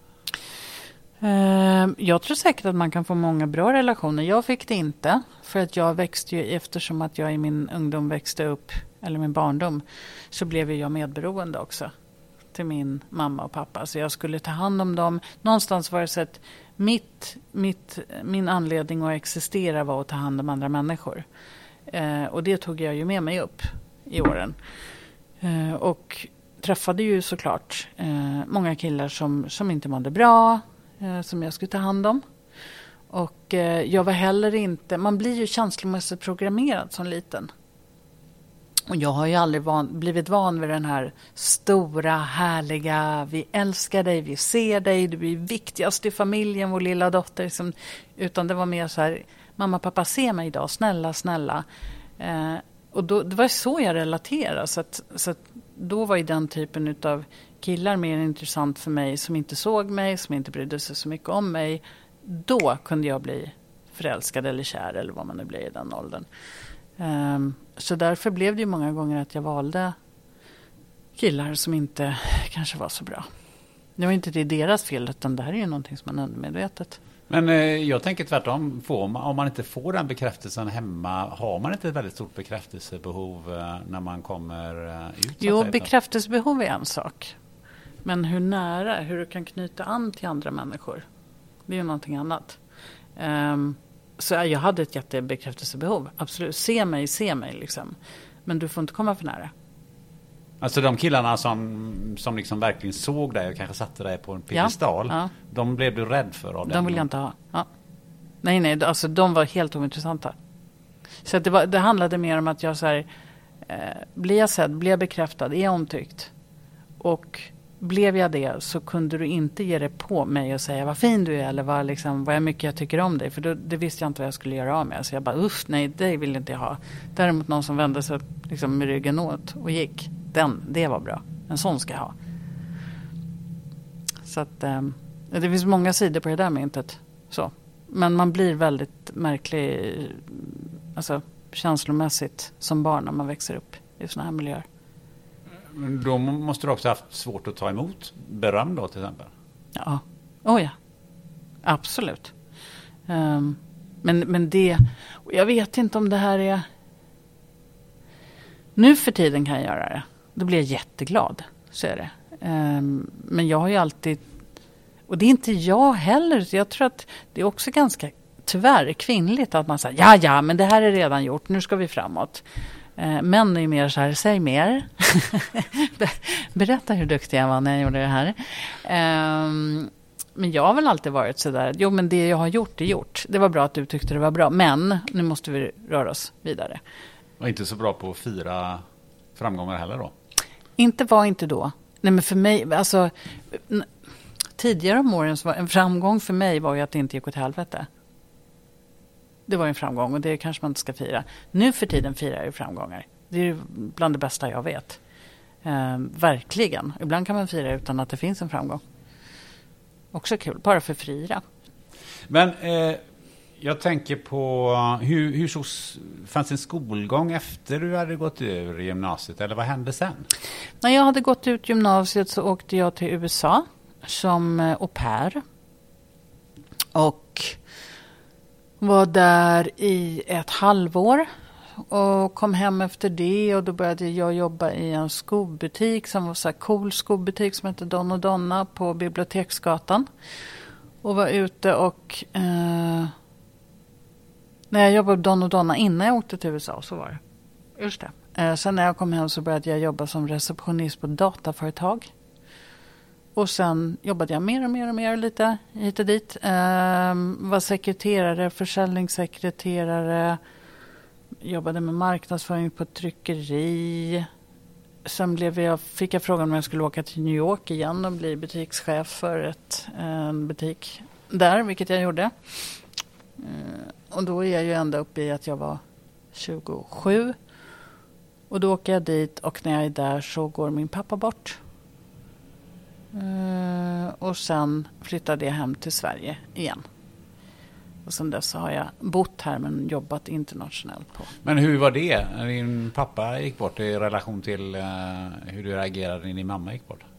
Uh, jag tror säkert att man kan få många bra relationer. Jag fick det inte. För att jag växte ju, eftersom att jag i min ungdom växte upp, eller min barndom, så blev jag medberoende också till min mamma och pappa. Så jag skulle ta hand om dem. Någonstans var det så att mitt, mitt, min anledning att existera var att ta hand om andra människor. Uh, och det tog jag ju med mig upp i åren. Uh, och träffade ju såklart uh, många killar som, som inte mådde bra, uh, som jag skulle ta hand om. Och uh, jag var heller inte... Man blir ju känslomässigt programmerad som liten. Och jag har ju aldrig van, blivit van vid den här stora, härliga, vi älskar dig, vi ser dig, du är viktigast i familjen, vår lilla dotter. Som, utan det var mer så här, mamma, pappa, se mig idag, snälla, snälla. Uh, Och då, det var så jag relaterade. Så, att, så att då var ju den typen av killar mer intressant för mig som inte såg mig, som inte brydde sig så mycket om mig. Då kunde jag bli förälskad eller kär eller vad man nu blir i den åldern. Um, så därför blev det ju många gånger att jag valde killar som inte kanske var så bra. Det var inte det deras fel, utan det här är ju någonting som man undermedvetet. Men eh, jag tänker tvärtom, får man, om man inte får den bekräftelsen hemma, har man inte ett väldigt stort bekräftelsebehov eh, när man kommer eh, ut? Jo, bekräftelsebehov är en sak. Men hur nära, hur du kan knyta an till andra människor, det är ju någonting annat. Um, så jag hade ett jättebekräftelsebehov, absolut. Se mig, se mig liksom. Men du får inte komma för nära. Alltså de killarna som, som liksom verkligen såg dig och kanske satte dig på en piedestal, ja, ja. De blev du rädd för av de den? vill jag inte ha. Ja. Nej, nej, alltså de var helt ointressanta. Så att det, var, det handlade mer om att jag så här, eh, blir jag sedd, blir jag bekräftad, är jag omtyckt? Och blev jag det så kunde du inte ge dig på mig och säga vad fin du är eller vad, liksom, vad mycket jag tycker om dig. För då, det visste jag inte vad jag skulle göra av med. Så jag bara, uff, nej, det vill inte jag ha. Däremot någon som vände sig liksom, med ryggen åt och gick. Den, det var bra. En sån ska jag ha. Så att eh, det finns många sidor på det där myntet. Så. Men man blir väldigt märklig, alltså känslomässigt som barn när man växer upp i såna här miljöer. Då måste du också ha haft svårt att ta emot beröm då till exempel? Ja, oh ja. Absolut. Um, men, men det, jag vet inte om det här är... Nu för tiden kan jag göra det. Då blir jag jätteglad, så är det. Um, men jag har ju alltid... Och det är inte jag heller. Så jag tror att det är också ganska tyvärr kvinnligt att man säger ja, ja, men det här är redan gjort. Nu ska vi framåt. Uh, män är ju mer så här, säg mer. Berätta hur duktig jag var när jag gjorde det här. Um, men jag har väl alltid varit så där. Jo, men det jag har gjort är gjort. Det var bra att du tyckte det var bra. Men nu måste vi röra oss vidare. Och inte så bra på att fira framgångar heller då? Inte var inte då. Nej, men för mig, alltså n- tidigare om åren så var en framgång för mig var ju att det inte gick åt helvete. Det var en framgång och det kanske man inte ska fira. Nu för tiden firar jag ju framgångar. Det är ju bland det bästa jag vet. Eh, verkligen. Ibland kan man fira utan att det finns en framgång. Också kul, bara för fira. Men eh, jag tänker på hur, hur så, fanns en skolgång efter du hade gått ur gymnasiet eller vad hände sen? När jag hade gått ut gymnasiet så åkte jag till U S A som au pair. Och var där i ett halvår. Och kom hem efter det och då började jag jobba i en skobutik som var så här cool skobutik som hette Don och Donna på Biblioteksgatan. Och var ute och... Eh, när jag jobbade på Don och Donna innan jag åkte till U S A så var det. Just det. Eh, sen när jag kom hem så började jag jobba som receptionist på dataföretag. Och sen jobbade jag mer och mer och mer lite hit och dit. Eh, var sekreterare, försäljningssekreterare. Jobbade med marknadsföring på ett tryckeri. Sen blev jag, fick jag frågan om jag skulle åka till New York igen och bli butikschef för ett, en butik där, vilket jag gjorde. Och då är jag ju ända uppe i att jag var tjugosju. Och då åker jag dit och när jag är där så går min pappa bort. Och sen flyttade jag hem till Sverige igen. Och sen dess har jag bott här men jobbat internationellt på. Men hur var det? Din pappa gick bort i relation till uh, hur du reagerade när din mamma gick bort?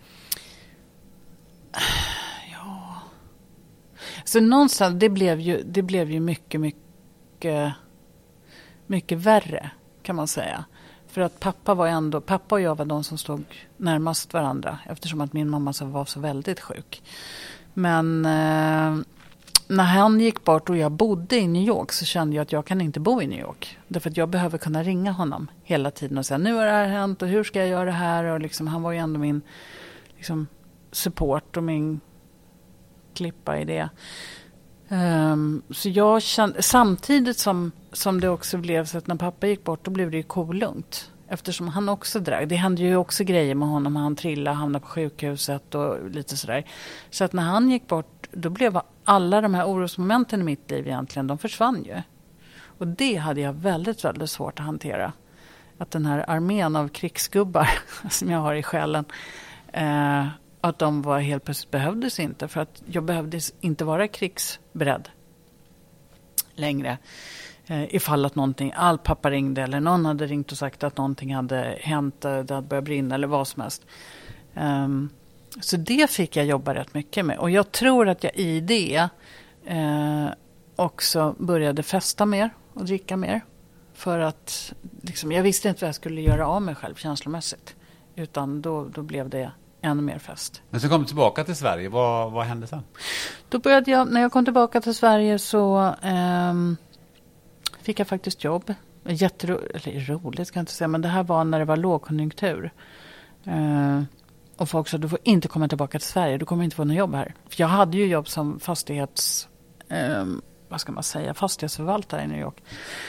Ja. Så någonstans, det blev ju, det blev ju mycket, mycket, mycket värre kan man säga. För att pappa var ändå, pappa och jag var de som stod närmast varandra. Eftersom att min mamma så var så väldigt sjuk. Men eh, när han gick bort och jag bodde i New York så kände jag att jag kan inte bo i New York. Därför att jag behöver kunna ringa honom hela tiden och säga nu har det här hänt och hur ska jag göra det här. Och liksom, han var ju ändå min liksom, support och min klippa i det. Um, så jag kände, samtidigt som, som det också blev så att när pappa gick bort då blev det ju kolugnt. Eftersom han också drack. Det hände ju också grejer med honom. Han trillade, hamnade på sjukhuset och lite sådär. Så att när han gick bort då blev alla de här orosmomenten i mitt liv egentligen, de försvann ju. Och det hade jag väldigt, väldigt svårt att hantera. Att den här armén av krigsgubbar som jag har i själen, eh, att de var helt plötsligt behövdes inte. För att jag behövde inte vara krigsberedd längre. Eh, ifall att någonting, all pappa ringde eller någon hade ringt och sagt att någonting hade hänt, det hade börjat brinna eller vad som helst. Um, så det fick jag jobba rätt mycket med. Och jag tror att jag i det eh, också började festa mer och dricka mer. För att liksom, jag visste inte vad jag skulle göra av mig själv känslomässigt. Utan då, då blev det ännu mer fest. Men så kom du tillbaka till Sverige. Vad, vad hände sen? Då började jag, när jag kom tillbaka till Sverige så eh, fick jag faktiskt jobb. Jätteroligt, eller roligt ska jag inte säga. Men det här var när det var lågkonjunktur. Eh, och folk sa, du får inte komma tillbaka till Sverige. Du kommer inte få något jobb här. För jag hade ju jobb som fastighets... Eh, vad ska man säga? Fastighetsförvaltare i New York.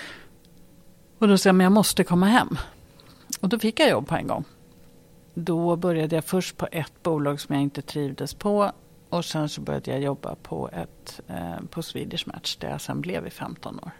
Och då sa jag, men jag måste komma hem. Och då fick jag jobb på en gång. Då började jag först på ett bolag som jag inte trivdes på. Och sen så började jag jobba på, ett, eh, på Swedish Match. Där jag sen blev i femton år.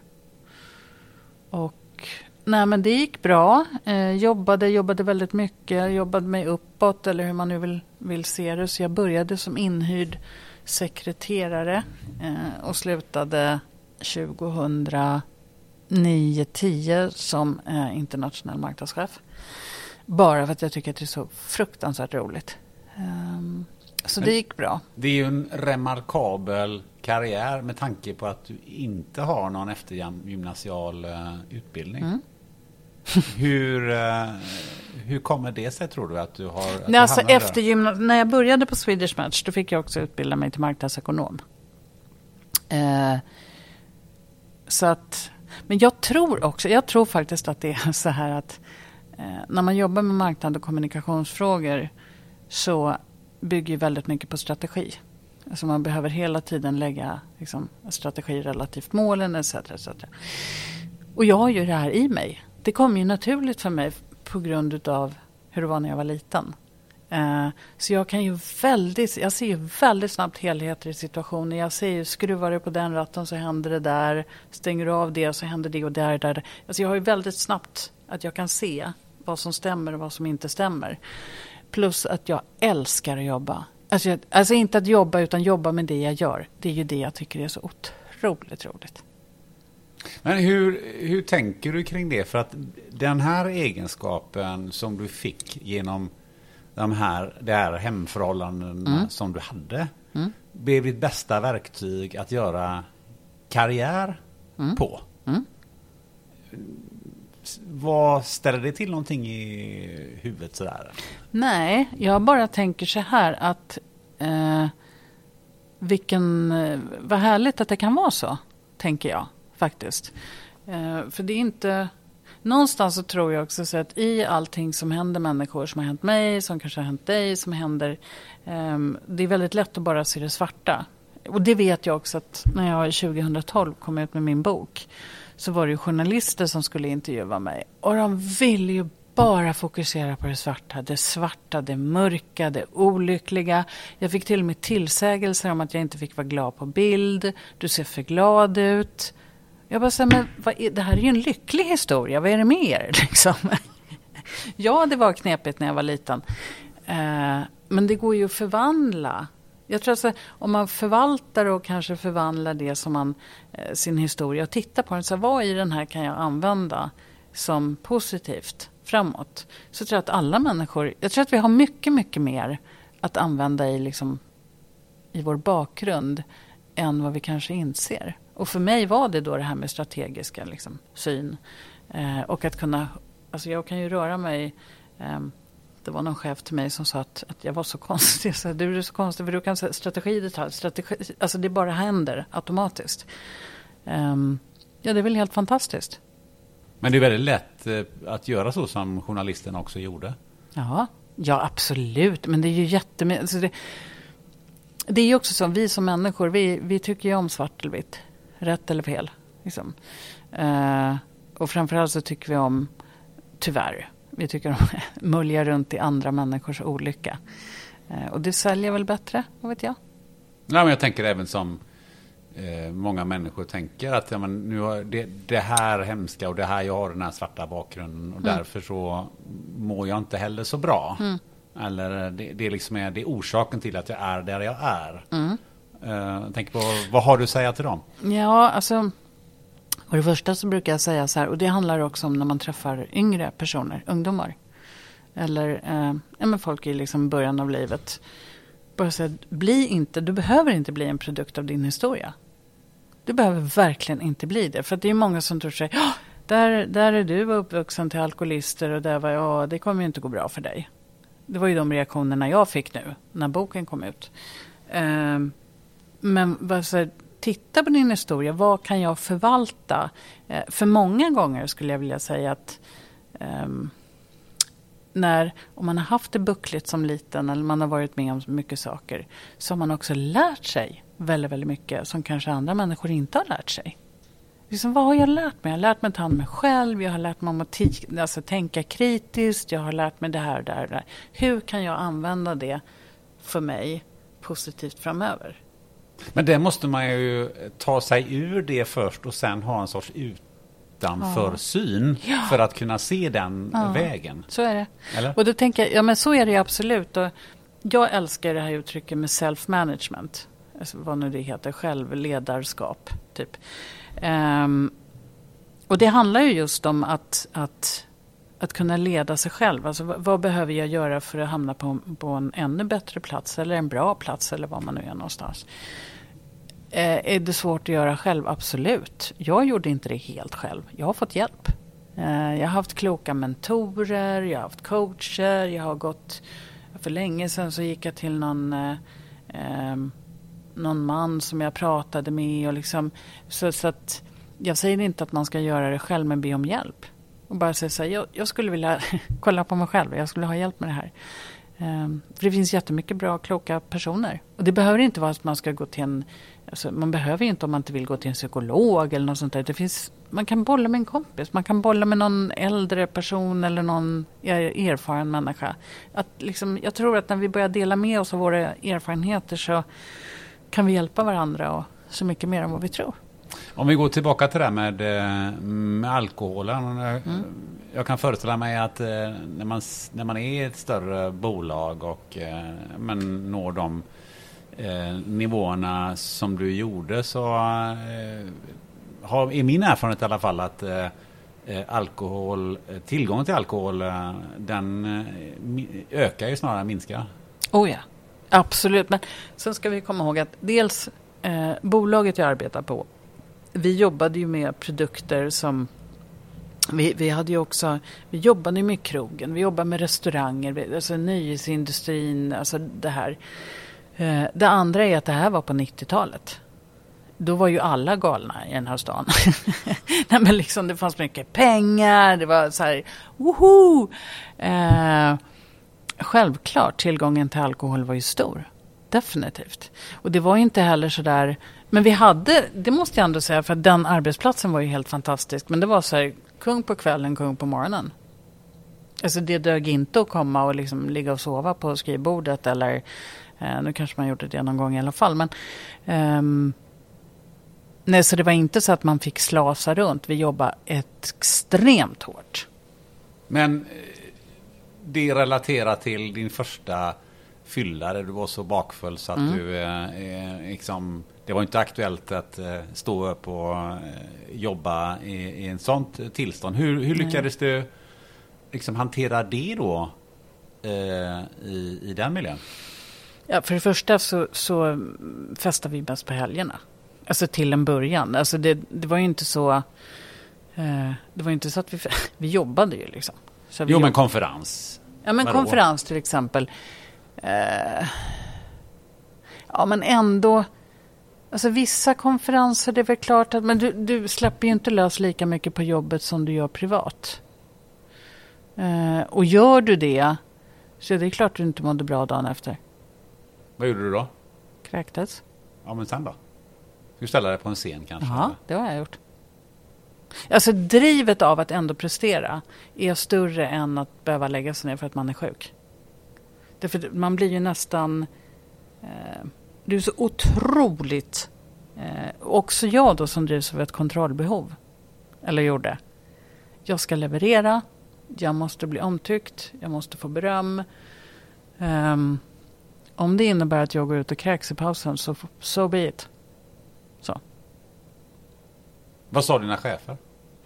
Och nej, men det gick bra. Eh, jobbade, jobbade väldigt mycket. Jobbade mig uppåt eller hur man nu vill, vill se det. Så jag började som inhyrd sekreterare. Eh, och slutade tjugohundranio tio som eh, internationell marknadschef. Bara för att jag tycker att det är så fruktansvärt roligt. Um, så men det gick bra. Det är ju en remarkabel karriär med tanke på att du inte har någon eftergymnasial uh, utbildning. Mm. hur, uh, hur kommer det sig, tror du, att du har... Att Nej, du alltså efter gymna- när jag började på Swedish Match då fick jag också utbilda mig till marknadsekonom. Uh, så att... Men jag tror också, jag tror faktiskt att det är så här att Eh, när man jobbar med marknad och kommunikationsfrågor så bygger väldigt mycket på strategi. Alltså man behöver hela tiden lägga liksom, strategi relativt målen et cetera et cetera. Och jag har ju det här i mig. Det kom ju naturligt för mig på grund av hur det var när jag var liten. Eh, så jag kan ju väldigt, jag ser ju väldigt snabbt helheter i situationer. Jag ser ju, skruvar du på den ratten så händer det där. Stänger du av det så händer det och där, där. Alltså jag har ju väldigt snabbt att jag kan se vad som stämmer och vad som inte stämmer. Plus att jag älskar att jobba. Alltså, jag, alltså inte att jobba utan jobba med det jag gör. Det är ju det jag tycker är så otroligt roligt. Men hur, hur tänker du kring det? För att den här egenskapen som du fick genom de här, de här hemförhållandena mm. som du hade mm. blev ditt bästa verktyg att göra karriär mm. på. Mm. Vad ställer det till någonting i huvudet sådär? Nej, jag bara tänker så här att eh, vilken, vad härligt att det kan vara så, tänker jag faktiskt. Eh, för det är inte, någonstans så tror jag också så att i allting som händer människor, som har hänt mig, som kanske har hänt dig, som händer, eh, det är väldigt lätt att bara se det svarta. Och det vet jag också att när jag tjugohundratolv kom ut med min bok så var det ju journalister som skulle intervjua mig. Och de ville ju bara fokusera på det svarta. Det svarta, det mörka, det olyckliga. Jag fick till och med tillsägelser om att jag inte fick vara glad på bild. Du ser för glad ut. Jag bara säger, men vad är, det här är ju en lycklig historia. Vad är det med er? Liksom? Ja, det var knepigt när jag var liten. Eh, men det går ju att förvandla Jag tror att om man förvaltar och kanske förvandlar det som man, sin historia och tittar på den, så vad i den här kan jag använda som positivt framåt, så tror jag att alla människor, jag tror att vi har mycket, mycket mer att använda i, liksom, i vår bakgrund än vad vi kanske inser. Och för mig var det då det här med strategiska liksom, syn eh, och att kunna, alltså jag kan ju röra mig, eh, det var någon chef till mig som sa att, att jag var så konstig. Jag sa, du är så konstig för du kan säga strategi i detalj. Strategi, alltså det bara händer automatiskt. Um, ja, det är väl helt fantastiskt. Men det är väldigt lätt eh, att göra så som journalisten också gjorde. Ja, ja absolut. Men det är ju jättemycket. Alltså det, det är ju också så, vi som människor, vi, vi tycker ju om svart eller vitt. Rätt eller fel. Liksom. Uh, och framförallt så tycker vi om, tyvärr, vi tycker om mulja runt i andra människors olycka. Uh, och det säljer väl bättre, vad vet jag? Ja, men jag tänker även som eh, många människor tänker att ja, men nu har det, det här hemska och det här, jag har den här svarta bakgrunden och mm. därför så mår jag inte heller så bra. Mm. Eller det, det, liksom är, det är orsaken till att jag är där jag är. Mm. Uh, tänk på, vad har du att säga till dem? Ja, alltså för det första så brukar jag säga så här, och det handlar också om när man träffar yngre personer, ungdomar. Eller eh, ja, men folk i liksom början av livet. Bara säga, bli inte, du behöver inte bli en produkt av din historia. Du behöver verkligen inte bli det. För att det är många som tror sig, där, där är du uppvuxen till alkoholister och där var jag, det kommer ju inte gå bra för dig. Det var ju de reaktionerna jag fick nu när boken kom ut. Eh, men vad säger, titta på din historia, vad kan jag förvalta? Eh, för många gånger skulle jag vilja säga att eh, när, om man har haft det buckligt som liten eller man har varit med om mycket saker, så har man också lärt sig väldigt, väldigt mycket som kanske andra människor inte har lärt sig. Liksom, vad har jag lärt mig? Jag har lärt mig att ta hand om mig själv, jag har lärt mig om att t- alltså, tänka kritiskt, jag har lärt mig det här och det här och det här. Hur kan jag använda det för mig positivt framöver? Men det måste man ju ta sig ur det först och sen ha en sorts utanförsyn ja. för att kunna se den ja. vägen. Så är det. Eller? Och då tänker jag, ja men så är det absolut. Och jag älskar det här uttrycket med self-management. Alltså, vad nu det heter, självledarskap typ. Um, och det handlar ju just om att, att, att kunna leda sig själv. Alltså, vad, vad behöver jag göra för att hamna på, på en ännu bättre plats eller en bra plats eller var man nu är någonstans. Eh, är det svårt att göra själv? Absolut. Jag gjorde inte det helt själv. Jag har fått hjälp. Eh, jag har haft kloka mentorer, jag har haft coacher, jag har gått, för länge sedan så gick jag till någon eh, eh, någon man som jag pratade med och liksom, så, så att jag säger inte att man ska göra det själv, men be om hjälp och bara säga så här, jag, jag skulle vilja kolla på mig själv, jag skulle ha hjälp med det här. Um, för det finns jättemycket bra, kloka personer och det behöver inte vara att man ska gå till en, alltså, man behöver inte om man inte vill gå till en psykolog eller något sånt där. Det finns, man kan bolla med en kompis, man kan bolla med någon äldre person eller någon erfaren människa. Att liksom, jag tror att när vi börjar dela med oss av våra erfarenheter så kan vi hjälpa varandra och så mycket mer än vad vi tror. Om vi går tillbaka till det med, med alkoholen. Mm. Jag kan föreställa mig att när man, när man är i ett större bolag och man når de eh, nivåerna som du gjorde, så eh, har, är min erfarenhet i alla fall att eh, alkohol, tillgången till alkohol den eh, ökar ju snarare än minskar. Oh ja. Absolut, men sen ska vi komma ihåg att dels eh, bolaget jag arbetar på, vi jobbade ju med produkter som vi, vi hade ju också, vi jobbade med krogen, vi jobbade med restauranger, alltså nöjesindustrin, alltså det här. Eh, det andra är att det här var på nittiotalet. Då var ju alla galna i den här stan. Nej, men liksom, det fanns mycket pengar, det var så här, woho! Eh, Självklart, tillgången till alkohol var ju stor. Definitivt. Och det var inte heller så där, men vi hade, det måste jag ändå säga, för den arbetsplatsen var ju helt fantastisk. Men det var så här, kung på kvällen, kung på morgonen. Alltså det dög inte att komma och liksom ligga och sova på skrivbordet. Eller, eh, nu kanske man gjorde det någon gång i alla fall. Men, ehm, nej, så det var inte så att man fick slasa runt. Vi jobbade extremt hårt. Men det relaterar till din första fylla där du var så bakfull så att Mm. du eh, liksom, det var inte aktuellt att eh, stå upp och eh, jobba i, i en sånt tillstånd. Hur, hur lyckades du liksom hantera det då eh, i, i den miljön? Ja, för det första så, så festade vi mest på helgerna. Alltså till en början. Alltså det, det var ju inte så... Eh, det var ju inte så att vi... Vi jobbade ju liksom. Så vi Jo, men jobb... konferens. Ja, men Vadå? konferens till exempel. Eh, ja, men ändå... Alltså vissa konferenser, det är väl klart att... Men du, du släpper ju inte lös lika mycket på jobbet som du gör privat. Eh, och gör du det så är det klart att du inte mådde bra dagen efter. Vad gjorde du då? Kräktes. Ja, men sen då? Du ställer dig på en scen kanske? Ja, det har jag gjort. Alltså drivet av att ändå prestera är större än att behöva lägga sig ner för att man är sjuk. Därför man blir ju nästan... Eh, det är så otroligt... Eh, också jag då som drivs av ett kontrollbehov. Eller gjorde. Jag ska leverera. Jag måste bli omtyckt. Jag måste få beröm. Um, om det innebär att jag går ut och kräks i pausen så so be it. Så. Vad sa dina chefer?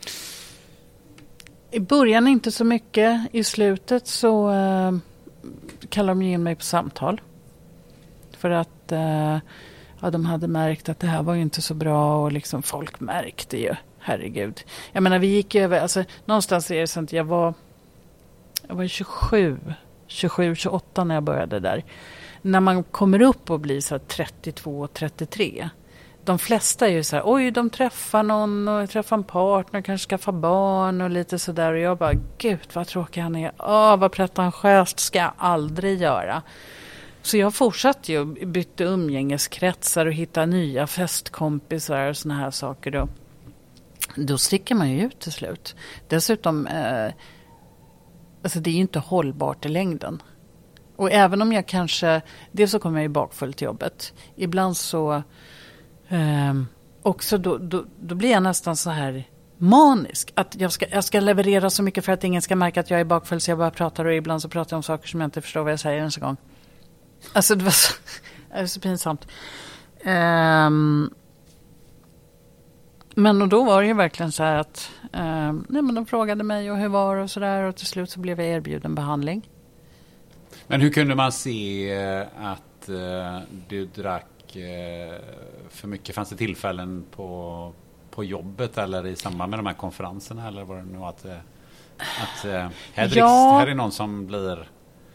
I början inte så mycket. I slutet så uh, kallar de in mig på samtal. För att uh, ja, de hade märkt att det här var ju inte så bra. Och liksom folk märkte ju. Herregud. Jag menar vi gick över. Alltså, någonstans är det så att jag var, jag var tjugosju, tjugosju, tjugoåtta när jag började där. När man kommer upp och blir så här trettiotvå, trettiotre. De flesta är ju så här, oj de träffar någon och träffar en partner, kanske skaffar barn och lite sådär. Och jag bara, gud vad tråkig han är. Åh, vad pretentiöst ska jag aldrig göra. Så jag fortsatte ju, bytte umgängeskretsar och hitta nya festkompisar och såna här saker då. Då sticker man ju ut till slut. Dessutom, eh, alltså det är ju inte hållbart i längden. Och även om jag kanske, dels så kommer jag ju bakfull till jobbet. Ibland så, eh, också då, då, då blir jag nästan så här manisk. Att jag ska, jag ska leverera så mycket för att ingen ska märka att jag är bakfull så jag bara pratar och ibland så pratar jag om saker som jag inte förstår vad jag säger ens en gång. Alltså det var så, det var så pinsamt. Ehm... Men och då var det ju verkligen så här att eh, nej, men de frågade mig och hur var det och sådär och till slut så blev jag erbjuden behandling. Men hur kunde man se att eh, du drack eh, för mycket? Fanns det tillfällen på, på jobbet eller i samband med de här konferenserna eller var det nu att, att eh, här, dricks, ja. här är någon som blir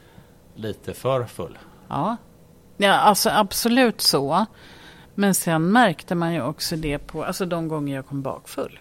lite för full? Ja, ja alltså absolut så. Men sen märkte man ju också det på alltså de gånger jag kom bakfull.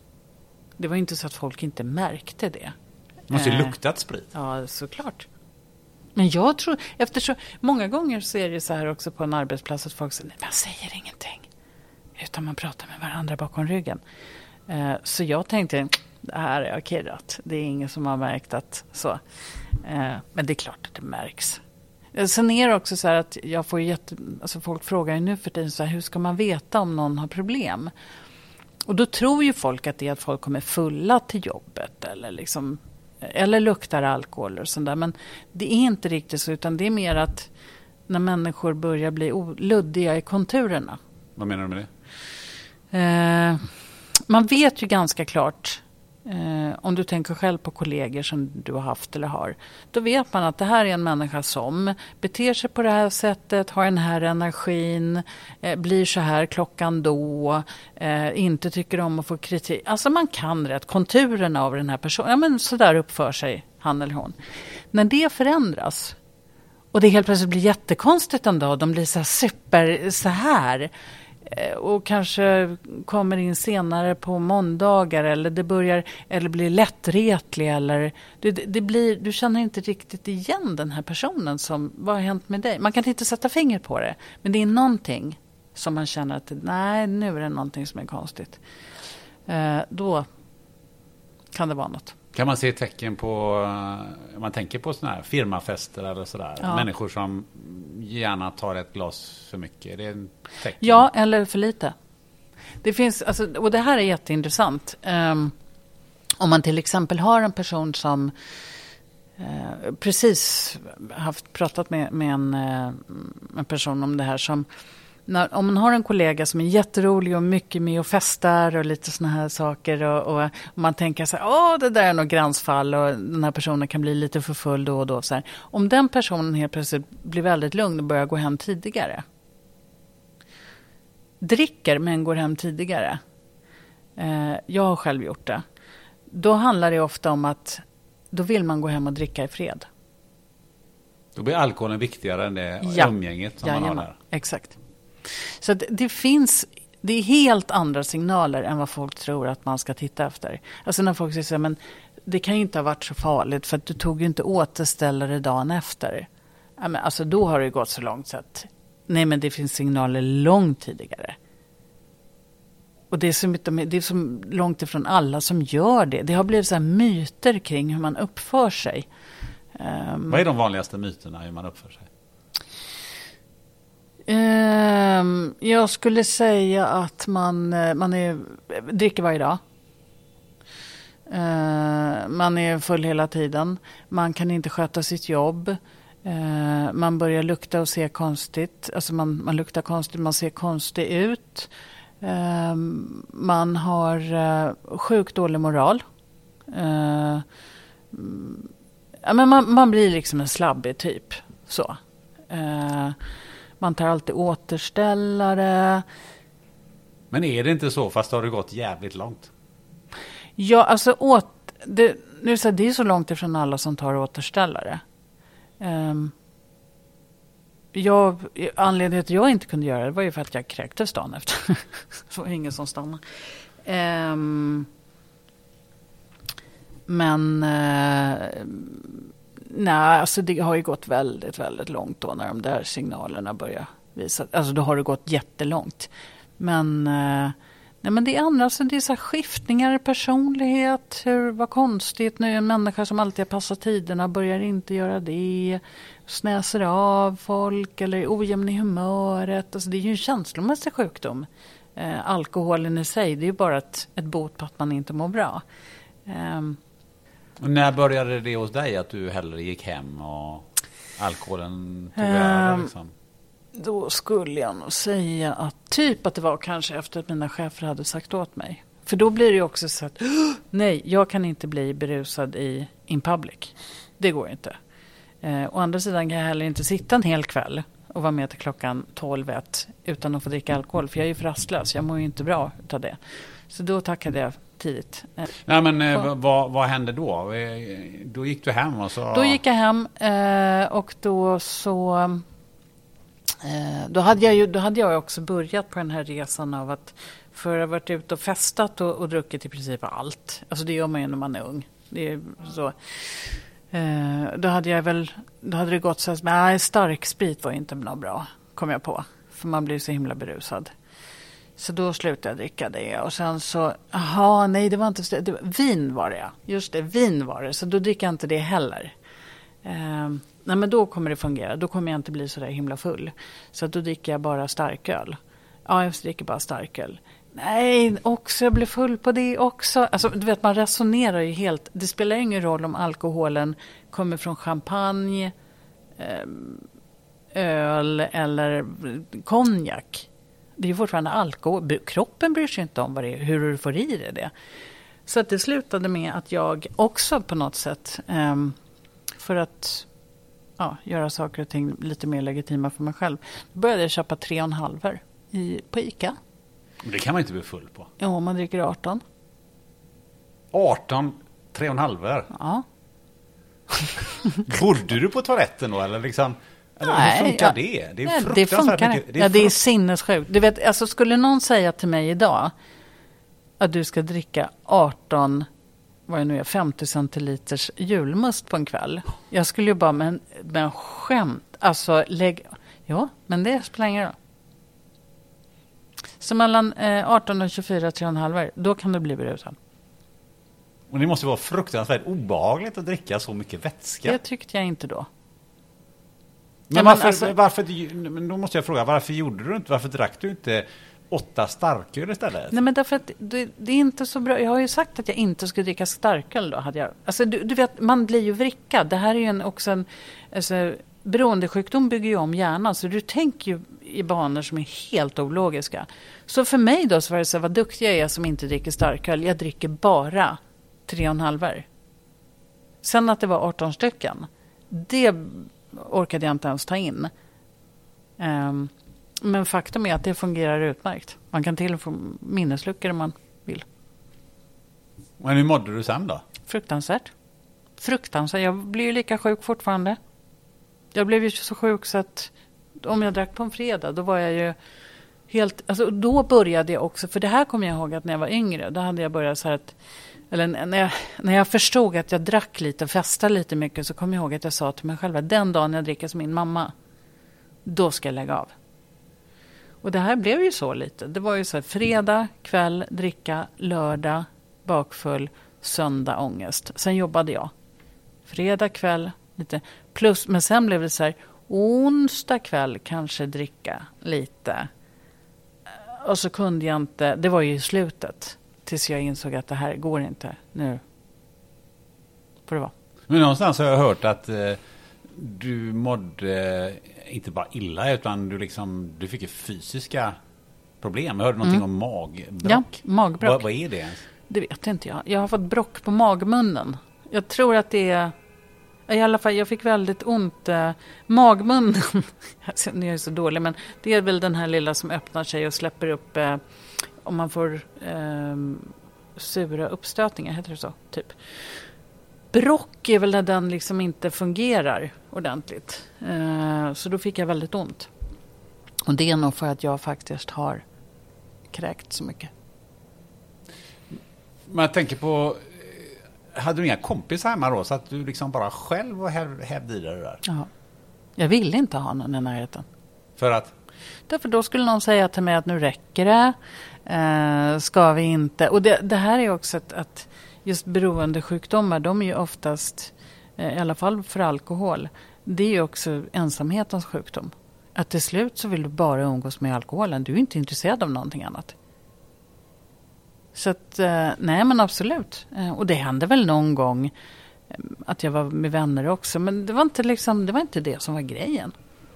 Det var inte så att folk inte märkte det. Det måste ju eh, luktat sprit. Ja, såklart. Men jag tror, eftersom många gånger så är det så här också på en arbetsplats att folk säger, nej, man säger ingenting. Utan man pratar med varandra bakom ryggen. Eh, så jag tänkte, det här är kirrat. Det är ingen som har märkt att så. Eh, men det är klart att det märks. Sen är det också så här att jag får jätte, alltså folk frågar ju nu för tiden så här, hur ska man veta om någon har problem? Och då tror ju folk att det är att folk kommer fulla till jobbet eller liksom, eller luktar alkohol och sånt där. Men det är inte riktigt så, utan det är mer att när människor börjar bli luddiga i konturerna. Vad menar du med det? Eh, man vet ju ganska klart. Eh, om du tänker själv på kollegor som du har haft eller har, då vet man att det här är en människa som beter sig på det här sättet, har den här energin, eh, blir så här klockan då, eh, inte tycker om att få kritik. Alltså man kan rätt konturerna av den här personen. Ja, men så där uppför sig han eller hon. När det förändras och det helt plötsligt blir jättekonstigt en dag, de blir så här super så här och kanske kommer in senare på måndagar eller det börjar eller blir lättretlig eller det, det blir, du känner inte riktigt igen den här personen som, vad har hänt med dig? Man kan inte sätta finger på det, men det är någonting som man känner att nej, nu är det någonting som är konstigt. Eh, då kan det vara något. Kan man se tecken på, om man tänker på såna här firmafester eller sådär, ja. Människor som gärna tar ett glas för mycket, är det en tecken? Ja, eller för lite. Det finns, alltså, och det här är jätteintressant. Um, om man till exempel har en person som eh, precis haft pratat med, med en, eh, en person om det här som när, om man har en kollega som är jätterolig och mycket med och festar och lite såna här saker och, och, och man tänker så här, åh det där är något gränsfall och den här personen kan bli lite för full då och då. Så här. Om den personen helt plötsligt blir väldigt lugn och börjar gå hem tidigare. Dricker men går hem tidigare. Eh, jag har själv gjort det. Då handlar det ofta om att då vill man gå hem och dricka i fred. Då blir alkoholen viktigare än det ja. umgänget som ja, man har ja, där. Exakt. Så det, det finns, det är helt andra signaler än vad folk tror att man ska titta efter. Alltså när folk säger så här, men det kan ju inte ha varit så farligt för att du tog ju inte återställare dagen efter. Ja, men alltså då har det gått så långt så att nej men det finns signaler långt tidigare. Och det är, så mycket, det är så långt ifrån alla som gör det. Det har blivit så här myter kring hur man uppför sig. Um, Vad är de vanligaste myterna hur man uppför sig? Um, jag skulle säga att man, man är, dricker varje dag. Uh, man är full hela tiden. Man kan inte sköta sitt jobb. Uh, man börjar lukta och se konstigt. Alltså man, man luktar konstigt, man ser konstig ut. Uh, man har uh, sjukt dålig moral. Uh, ja, men man, man blir liksom en slabbig typ. Så. Uh, man tar alltid återställare. Men är det inte så fast har det gått jävligt långt? Ja, alltså åt, det, nu så det är så långt ifrån alla som tar återställare. Um, jag, anledningen till att jag inte kunde göra det var ju för att jag kräktes dagen efter. Så ingen som stannade. Um, men uh, nej, alltså det har ju gått väldigt, väldigt långt då när de där signalerna börjar visa. Alltså då har det gått jättelångt. Men uh, nej, men det är andra, alltså det är så här skiftningar i personlighet. Hur, vad konstigt, nu är en människa som alltid har passat tiderna börjar inte göra det. Snäser av folk eller är ojämn i humöret. Alltså det är ju en känslomässig sjukdom. Eh, alkoholen i sig, det är ju bara ett, ett bot på att man inte mår bra. Eh, och när började det hos dig att du hellre gick hem och alkoholen tog eh, över liksom? Då skulle jag nog säga att typ att det var kanske efter att mina chefer hade sagt åt mig. För då blir det ju också så att nej, jag kan inte bli berusad i in public. Det går inte. Eh, å andra sidan kan jag heller inte sitta en hel kväll och vara med till klockan tolv ett utan att få dricka alkohol. För jag är ju för rastlös. Jag mår ju inte bra utav det. Så då tackade jag tidigt. Eh, nej men eh, vad, vad hände då? Då gick du hem och så... Då gick jag hem eh, och då så... Då hade, jag ju, då hade jag också börjat på den här resan av att för att ha varit ute och festat och, och druckit i princip allt. Alltså det gör man ju när man är ung. Det är så. Eh, då hade jag väl, då hade det gått så att nej, stark sprit var inte något bra, kom jag på. För man blir så himla berusad. Så då slutade jag dricka det. Och sen så, aha, nej det var inte, det var, vin var det. Just det, vin var det. Så då dricker jag inte det heller. Eh, Nej, men då kommer det fungera. Då kommer jag inte bli så där himla full. Så då dricker jag bara starköl. Ja, jag dricker bara starköl. Nej, också jag blir full på det också. Alltså, du vet, man resonerar ju helt. Det spelar ingen roll om alkoholen kommer från champagne, öl eller konjak. Det är ju fortfarande alkohol. Kroppen bryr sig inte om vad det är, hur du får i dig det. Så att det slutade med att jag också på något sätt, för att ja, göra saker och ting lite mer legitima för mig själv, då började jag köpa tre och en halver i, på Ica. Det kan man inte bli full på. Ja, man dricker arton. arton, tre och en halver? Ja. Bodde du på toaletten då? Eller liksom, eller nej, hur funkar ja, det? Det är ja, det funkar mycket, det är ja, det är frukt... sinnessjukt. Du vet, alltså skulle någon säga till mig idag att du ska dricka arton, vad är nu är, femtio centiliters julmust på en kväll. Jag skulle ju bara, men, men skämt. Alltså, lägg... Ja, men det spelar ingen roll. Så mellan eh, arton och tjugofyra, tre och en halver, då kan du bli berusad. Och det måste vara fruktansvärt obehagligt att dricka så mycket vätska. Det tyckte jag inte då. Men, ja, varför, men alltså... varför, men då måste jag fråga, varför gjorde du inte, varför drack du inte åtta starköl istället? Nej, men därför att det, det är inte så bra. Jag har ju sagt att jag inte skulle dricka starköl då. Hade jag, alltså du, du vet, man blir ju vrickad. Det här är ju en, också en... Alltså, beroendesjukdom bygger ju om hjärnan. Så du tänker ju i banor som är helt ologiska. Så för mig då så var det så här, vad duktig jag är som inte dricker starköl. Jag dricker bara tre och en halver. Sen att det var arton stycken. Det orkade jag inte ens ta in. Um, men faktum är att det fungerar utmärkt. Man kan till och få minnesluckor om man vill. Men hur mådde du sen då? Fruktansvärt. Fruktansvärt. Jag blir ju lika sjuk fortfarande. Jag blev ju så sjuk så att om jag drack på en fredag, då var jag ju helt... Alltså då började jag också, för det här kommer jag ihåg att när jag var yngre, då hade jag börjat så här att... Eller när jag, när jag förstod att jag drack lite och festade lite mycket, så kom jag ihåg att jag sa till mig själv att den dagen jag dricker som min mamma, då ska jag lägga av. Och det här blev ju så lite. Det var ju så här, fredag kväll, dricka, lördag, bakfull, söndag, ångest. Sen jobbade jag. Fredag kväll, lite plus, men sen blev det så här, onsdag kväll kanske dricka lite. Och så kunde jag inte, det var ju i slutet, tills jag insåg att det här går inte. Nu får det vara. Men någonstans har jag hört att eh, du mådde eh, inte bara illa, utan du, liksom, du fick ju fysiska problem. Jag hörde någonting mm. om magbrock. Ja, magbrock. Vad, vad är det ens? Det vet inte jag. Jag har fått brock på magmunnen. Jag tror att det är... I alla fall, jag fick väldigt ont. Eh, magmunnen, alltså, nu är jag så dålig, men det är väl den här lilla som öppnar sig och släpper upp... Eh, om man får eh, sura uppstötningar, heter det så? Typ. Brock är väl när den liksom inte fungerar ordentligt. Eh, så då fick jag väldigt ont. Och det är nog för att jag faktiskt har kräkt så mycket. Men jag tänker på... Hade du inga kompisar hemma då, så att du liksom bara själv och hävde i det där? Ja. Jag ville inte ha någon i närheten. För att? Därför då skulle någon säga till mig att nu räcker det. Eh, ska vi inte? Och det, det här är också att, att just beroendesjukdomar, de är ju oftast, eh, i alla fall för alkohol, det är ju också ensamhetens sjukdom. Att till slut så vill du bara umgås med alkoholen. Du är inte intresserad av någonting annat. Så att, eh, nej men absolut. Eh, och det hände väl någon gång eh, att jag var med vänner också. Men det var inte liksom, det var inte det som var grejen.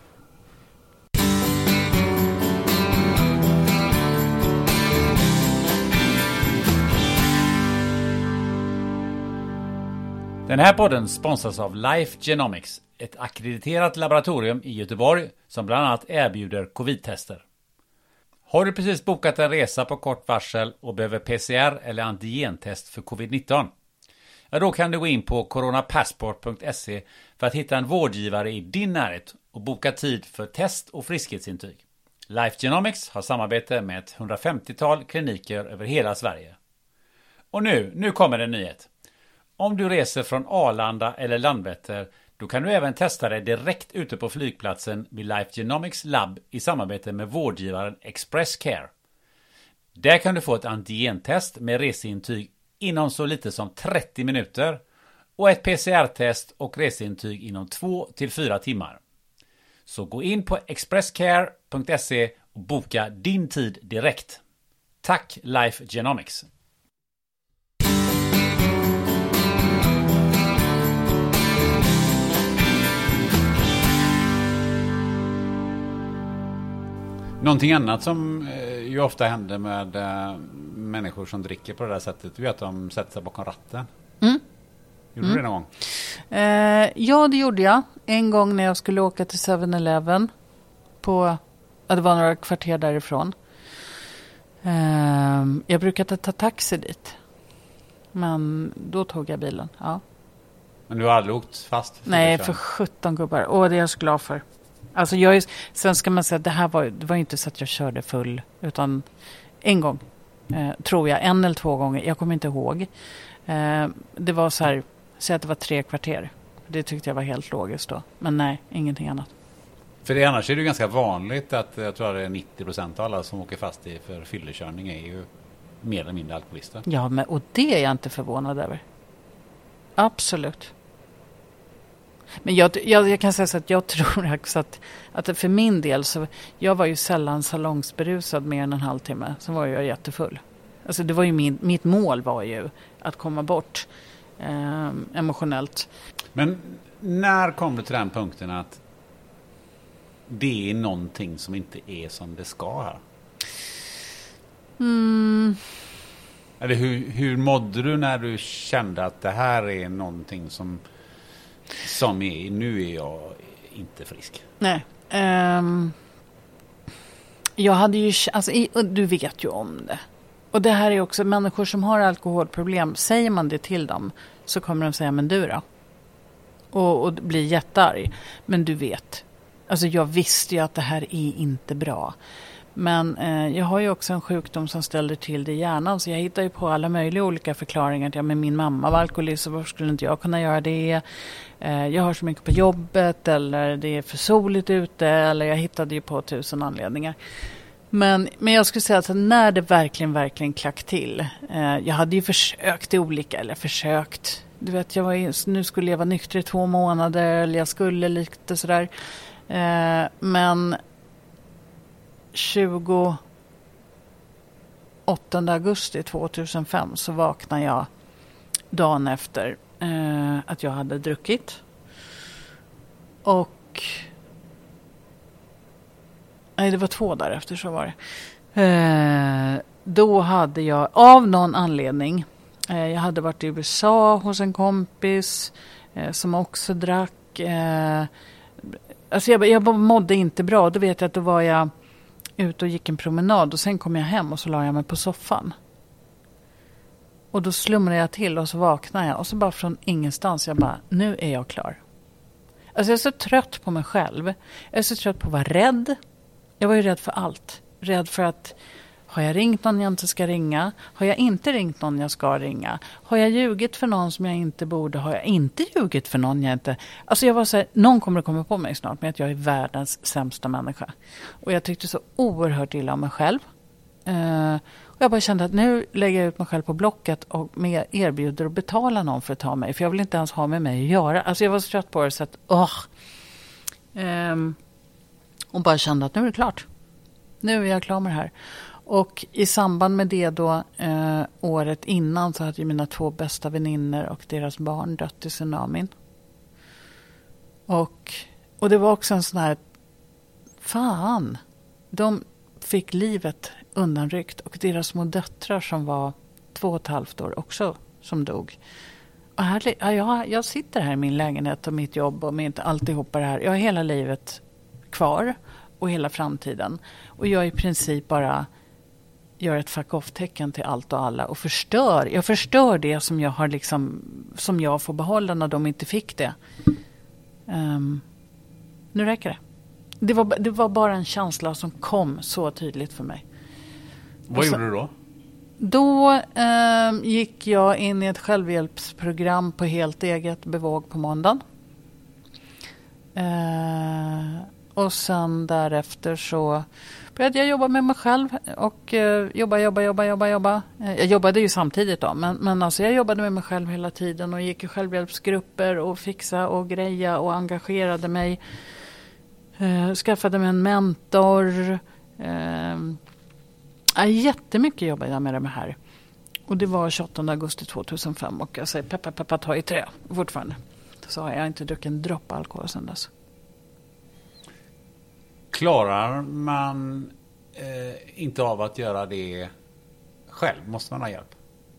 Den här podden sponsras av Life Genomics, ett akkrediterat laboratorium i Göteborg som bland annat erbjuder covid-tester. Har du precis bokat en resa på kort varsel och behöver P C R eller antigentest för covid nitton? Ja, då kan du gå in på coronapassport punkt se för att hitta en vårdgivare i din närhet och boka tid för test och friskhetsintyg. Life Genomics har samarbete med ett hundrafemtiotal kliniker över hela Sverige. Och nu, nu kommer en nyhet. Om du reser från Arlanda eller Landvetter, då kan du även testa dig direkt ute på flygplatsen vid Life Genomics Lab i samarbete med vårdgivaren Express Care. Där kan du få ett antigentest med reseintyg inom så lite som trettio minuter och ett P C R-test och reseintyg inom två till fyra timmar. Så gå in på expresscare punkt se och boka din tid direkt. Tack Life Genomics! Någonting annat som eh, ju ofta händer med eh, människor som dricker på det där sättet, du vet att de sätter sig bakom ratten. Mm. Gjorde mm. du det någon gång? Eh, ja, det gjorde jag. En gång när jag skulle åka till seven eleven på, ja, det var några kvarter därifrån. Eh, jag brukade ta taxi dit. Men då tog jag bilen, ja. Men du har aldrig åkt fast? För Nej, för sjutton gubbar. Åh, det är jag så glad för. Alltså jag är, sen ska man säga att det här var, det var inte så att jag körde full, utan en gång, eh, tror jag, en eller två gånger, jag kommer inte ihåg. Eh, det var så här, så att det var tre kvarter. Det tyckte jag var helt logiskt då. Men nej, ingenting annat. För det, annars är det ganska vanligt att jag tror att det är nittio procent av alla som åker fast i för fyllekörning är ju mer eller mindre alkoholister. Ja, men, och det är jag inte förvånad över. Absolut. Men jag, jag, jag kan säga så att jag tror också att, att för min del så, jag var ju sällan salongsberusad mer än en halvtimme. Så var jag jättefull. Alltså det var ju min, mitt mål var ju att komma bort eh, emotionellt. Men när kom du till den punkten att det är någonting som inte är som det ska här? Mm. Eller hur, hur mådde du när du kände att det här är någonting som, som är, nu är jag inte frisk? Nej. Um, jag hade ju, alltså, du vet ju om det. Och det här är också människor som har alkoholproblem. Säger man det till dem så kommer de säga, men du då? Och, och blir jättearg. Men du vet. Alltså jag visste ju att det här är inte bra. Men eh, jag har ju också en sjukdom som ställer till det i hjärnan. Så jag hittar ju på alla möjliga olika förklaringar. Ja, men min mamma var alkoholist, så varför skulle inte jag kunna göra det? Eh, jag har så mycket på jobbet. Eller det är för soligt ute. Eller jag hittade ju på tusen anledningar. Men, men jag skulle säga att när det verkligen, verkligen klack till. Eh, jag hade ju försökt i olika, eller försökt. Du vet, jag var ju, nu skulle jag vara nykter i två månader. Eller jag skulle lite sådär. Eh, men tjugoåttonde augusti tjugohundrafem så vaknade jag dagen efter eh, att jag hade druckit. Och nej, det var två därefter så var det. Eh, då hade jag av någon anledning, eh, jag hade varit i U S A hos en kompis eh, som också drack. Eh, alltså jag, jag mådde inte bra. Då vet jag att då var jag ute och gick en promenad och sen kom jag hem och så la jag mig på soffan. Och då slumrade jag till och så vaknade jag och så bara från ingenstans jag bara, nu är jag klar. Alltså jag är så trött på mig själv. Jag är så trött på att vara rädd. Jag var ju rädd för allt. Rädd för att har jag ringt någon jag inte ska ringa? Har jag inte ringt någon jag ska ringa? Har jag ljugit för någon som jag inte borde? Har jag inte ljugit för någon jag inte... Alltså jag var så här, någon kommer att komma på mig snart med att jag är världens sämsta människa. Och jag tyckte så oerhört illa om mig själv. Uh, och jag bara kände att nu lägger jag ut mig själv på Blocket och med erbjuder att betala någon för att ta mig. För jag vill inte ens ha med mig att göra. Alltså jag var så trött på det så att... åh. Um, och bara kände att nu är det klart. Nu är jag klar med det här. Och i samband med det då, eh, året innan så hade ju mina två bästa väninner och deras barn dött i tsunamin. Och, och det var också en sån här, fan, de fick livet undanryckt. Och deras små döttrar som var två och ett halvt år också som dog. Och här, ja, jag, jag sitter här i min lägenhet och mitt jobb och mitt alltihopa det här. Jag har hela livet kvar och hela framtiden. Och jag i princip bara gör ett fuck off-tecken till allt och alla och förstör. Jag förstör det som jag har liksom, som jag får behålla när de inte fick det. Um, nu räcker det. Det var, det var bara en känsla som kom så tydligt för mig. Vad så, gjorde du då? Då um, gick jag in i ett självhjälpsprogram på helt eget bevåg på måndagen. Uh, och sen därefter så började jag jobba med mig själv och uh, jobba, jobba, jobba, jobba, jobba. Uh, jag jobbade ju samtidigt då, men, men alltså jag jobbade med mig själv hela tiden och gick i självhjälpsgrupper och fixa och greja och engagerade mig. Uh, skaffade mig en mentor. Uh, uh, jättemycket jobbade jag med det här. Och det var tjugoåttonde augusti tjugohundrafem och jag säger peppa, peppa, ta i trä fortfarande. Så har jag inte druckit en droppe alkohol sedan dess. Klarar man eh, inte av att göra det själv? Måste man ha hjälp?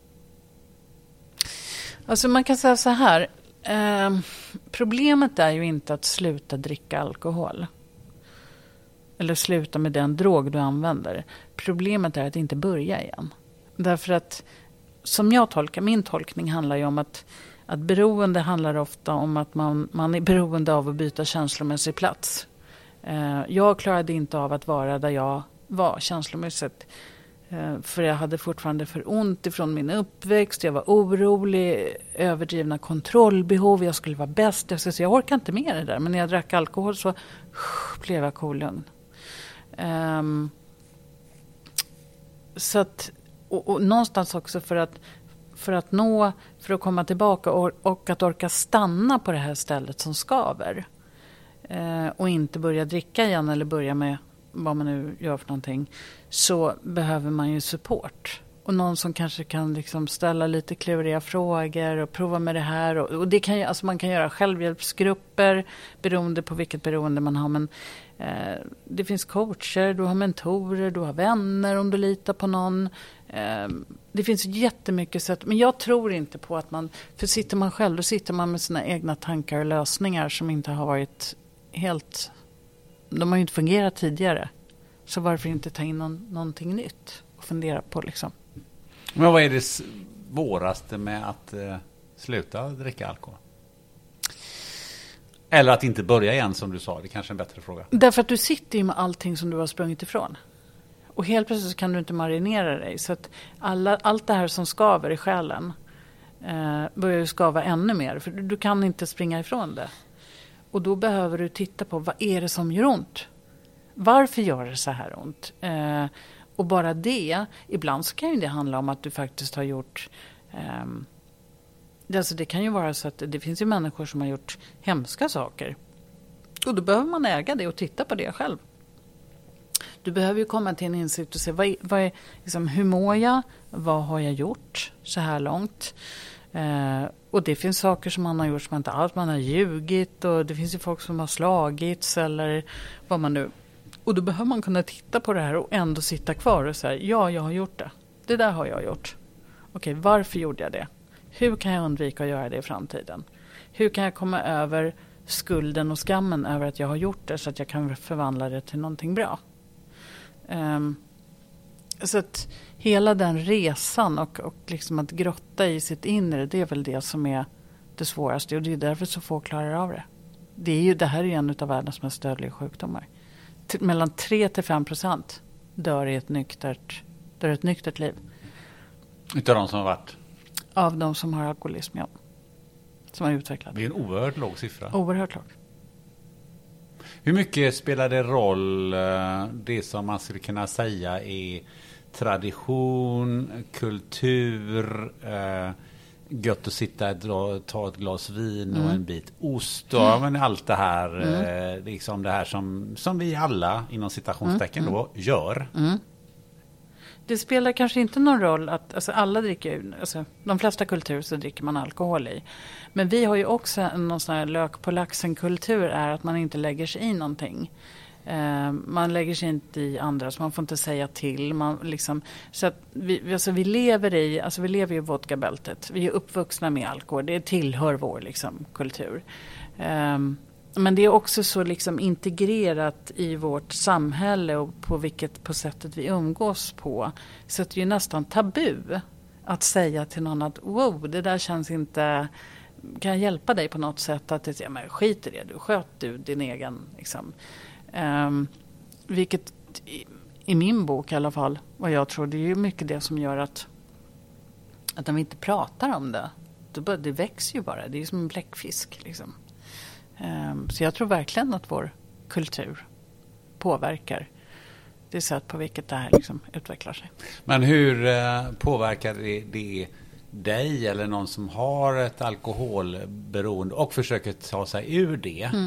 Alltså man kan säga så här. Eh, problemet är ju inte att sluta dricka alkohol. Eller sluta med den drog du använder. Problemet är att inte börja igen. Därför att som jag tolkar, min tolkning handlar ju om att Att beroende handlar ofta om att man, man är beroende av att byta känslomässig plats. Eh, jag klarade inte av att vara där jag var känslomässigt. Eh, för jag hade fortfarande för ont ifrån min uppväxt. Jag var orolig, överdrivna kontrollbehov. Jag skulle vara bäst. Jag, så jag orkar inte med det där. Men när jag drack alkohol så uh, blev jag kolugn. Um, så att, och, och någonstans också för att för att nå, för att komma tillbaka och, och att orka stanna på det här stället som skaver. Eh, och inte börja dricka igen eller börja med vad man nu gör för någonting. Så behöver man ju support. Och någon som kanske kan liksom ställa lite kluriga frågor och prova med det här. Och, och det kan ju, alltså man kan göra självhjälpsgrupper beroende på vilket beroende man har. Men eh, det finns coacher, du har mentorer, du har vänner om du litar på någon. Eh, det finns jättemycket sätt. Men jag tror inte på att man, för sitter man själv, då sitter man med sina egna tankar och lösningar som inte har varit helt, de har ju inte fungerat tidigare. Så varför inte ta in någon, någonting nytt och fundera på liksom. Men vad är det svåraste med att eh, sluta dricka alkohol? Eller att inte börja igen, som du sa. Det är kanske en bättre fråga. Därför att du sitter ju med allting som du har sprungit ifrån. Och helt plötsligt så kan du inte marinera dig. Så att alla, allt det här som skaver i själen eh, börjar ju skava ännu mer. För du, du kan inte springa ifrån det. Och då behöver du titta på, vad är det som gör ont? Varför gör det så här ont? Eh, och bara det, ibland så kan ju det handla om att du faktiskt har gjort... Eh, alltså det kan ju vara så att det finns ju människor som har gjort hemska saker. Och då behöver man äga det och titta på det själv. Du behöver ju komma till en insikt och se, vad är, vad är, liksom, hur mår jag? Vad har jag gjort så här långt? Eh, och det finns saker som man har gjort som inte alls, man har ljugit, och det finns ju folk som har slagits eller vad man nu. Och då behöver man kunna titta på det här och ändå sitta kvar och säga, ja, jag har gjort det. Det där har jag gjort. Okej, varför gjorde jag det? Hur kan jag undvika att göra det i framtiden? Hur kan jag komma över skulden och skammen över att jag har gjort det, så att jag kan förvandla det till någonting bra? Um, så att hela den resan och, och liksom att grotta i sitt inre, det är väl det som är det svåraste, och det är därför så få klarar av det. Det, är ju, det här är ju en av världens mest dödliga sjukdomar. T- mellan tre till fem procent dör i ett nyktert, dör ett nyktert liv. Utav de som har varit? Av de som har alkoholism, ja. Som har utvecklat. Det är en oerhört låg siffra. Oerhört låg. Hur mycket spelar det roll, det som man skulle kunna säga är tradition, kultur, eh, gött att sitta och ta ett glas vin mm. och en bit ost och mm. allt det här, mm. eh, liksom det här som, som vi alla inom citationstecken mm. då gör. Mm. Det spelar kanske inte någon roll att, alltså alla dricker, alltså de flesta kulturer så dricker man alkohol i. Men vi har ju också en någon sån här lök på laxen kultur, är att man inte lägger sig i någonting. Eh, man lägger sig inte i andra, så man får inte säga till. Man liksom, så att vi, alltså vi lever i, alltså vi lever i vodkabältet. Vi är uppvuxna med alkohol, det tillhör vår liksom kultur. Eh, Men det är också så liksom integrerat i vårt samhälle och på vilket på sättet vi umgås på. Så att det är ju nästan tabu att säga till någon att wow, det där känns inte, kan jag hjälpa dig på något sätt? Att det, ja, men skit i det, du sköt du din egen liksom. Um, vilket i, i min bok i alla fall, vad jag tror, det är ju mycket det som gör att att när vi inte pratar om det, då bör, det växer ju bara, det är ju som en bläckfisk liksom. Um, så jag tror verkligen att vår kultur påverkar det sätt på vilket det här liksom utvecklar sig. Men hur uh, påverkar det, det dig eller någon som har ett alkoholberoende och försöker ta sig ur det? Mm.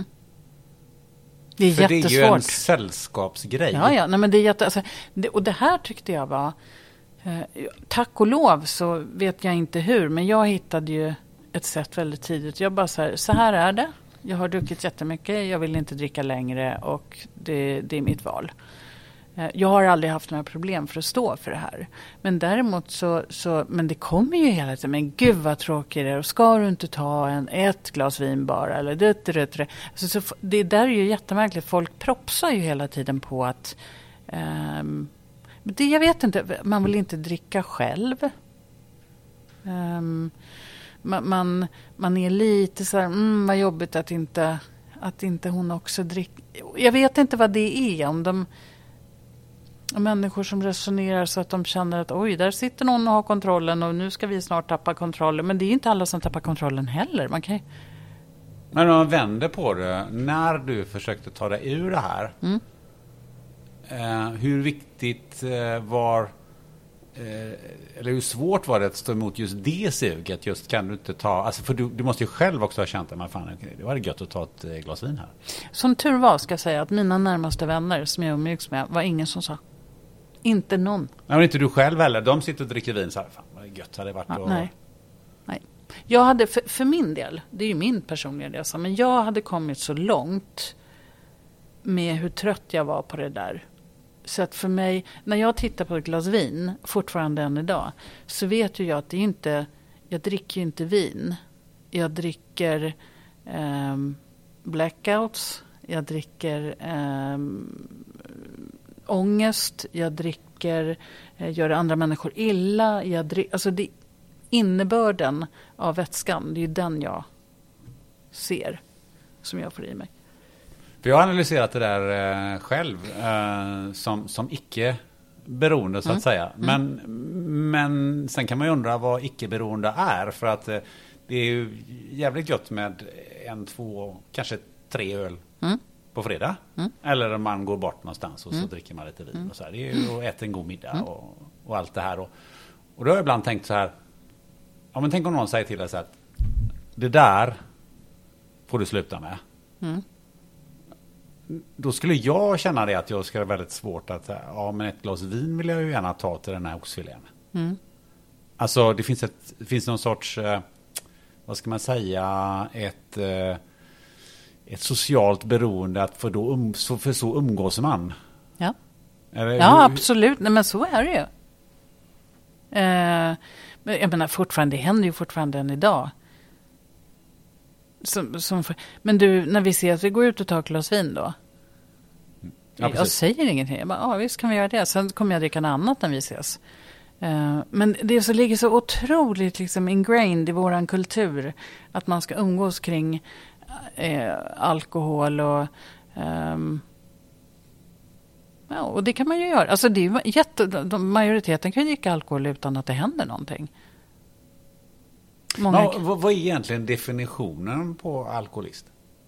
Det är För jättesvårt. det är ju en sällskapsgrej. Ja, ja. Nej, men det är jätte, alltså, det, och det här tyckte jag var eh, tack och lov så vet jag inte hur, men jag hittade ju ett sätt väldigt tidigt. Jag bara så här, så här är det. Jag har druckit jättemycket, jag vill inte dricka längre och det, det är mitt val. Jag har aldrig haft några problem för att stå för det här. Men däremot så, så men det kommer ju hela tiden, men gud vad tråkigt det är. Och ska du inte ta en, ett glas vin bara? Eller det, det, det. Alltså, så, det där är ju jättemärkligt. Folk propsar ju hela tiden på att um, det, jag vet inte, man vill inte dricka själv. Um, Man, man, man är lite så här, mm, vad jobbigt att inte, att inte hon också dricker. Jag vet inte vad det är. Om de om människor som resonerar så att de känner att oj, där sitter någon och har kontrollen och nu ska vi snart tappa kontrollen. Men det är inte alla som tappar kontrollen heller. Man kan ju... Men om man vänder på det, när du försökte ta dig ur det här, mm. eh, hur viktigt eh, var eller hur svårt var det att stå emot just det suget? Just kan du inte ta, alltså för du, du måste ju själv också ha känt att man fan, det var gött att ta ett glas vin här. Som tur var ska jag säga att mina närmaste vänner som jag umgicks med var ingen som sa. Inte någon. Nej, men inte du själv heller. De sitter och dricker vin så här, fan vad gött hade det varit. Ja, och... nej. nej. Jag hade, för, för min del, det är ju min personliga resa, men jag hade kommit så långt med hur trött jag var på det där. Så att för mig, när jag tittar på ett glas vin, fortfarande än idag, så vet ju jag att det är inte, jag dricker ju inte vin. Jag dricker eh, blackouts, jag dricker eh, ångest, jag dricker, eh, gör andra människor illa. Jag drick, alltså det, innebörden av vätskan, det är ju den jag ser som jag får i mig. För jag har analyserat det där eh, själv eh, som, som icke-beroende så att mm. säga. Men, mm. men sen kan man ju undra vad icke-beroende är. För att eh, det är ju jävligt gött med en, två, kanske tre öl mm. på fredag. Mm. Eller om man går bort någonstans och så mm. dricker man lite vin. Mm. Och så här. Det är ju att äta en god middag mm. och, och allt det här. Och, och då har jag ibland tänkt så här. Ja, men tänk om någon säger till dig så att det där får du sluta med. Mm. Då skulle jag känna det att jag ska ha väldigt svårt att ja, men ett glas vin vill jag ju gärna ta till den här oxfilén. Mm. Alltså det finns ett det finns någon sorts eh, vad ska man säga ett eh, ett socialt beroende att för då um, så för så umgås man. Ja. Eller, ja, hur, absolut. Nej, men så är det ju. Eh, men jag menar fortfarande, det händer ju fortfarande än idag. Som, som för, men du, när vi ser att vi går ut och tar ett glas vin då. Ja, jag säger ingenting. Jag bara, ja visst kan vi göra det. Sen kommer jag dricka något annat när vi ses. Uh, men det så ligger så otroligt liksom ingrained i våran kultur. Att man ska umgås kring uh, alkohol och... Um, ja, och det kan man ju göra. Alltså det är jätte, de, majoriteten kan ju dricka alkohol utan att det händer någonting. Många... Ja, vad, vad är egentligen definitionen på alkoholist?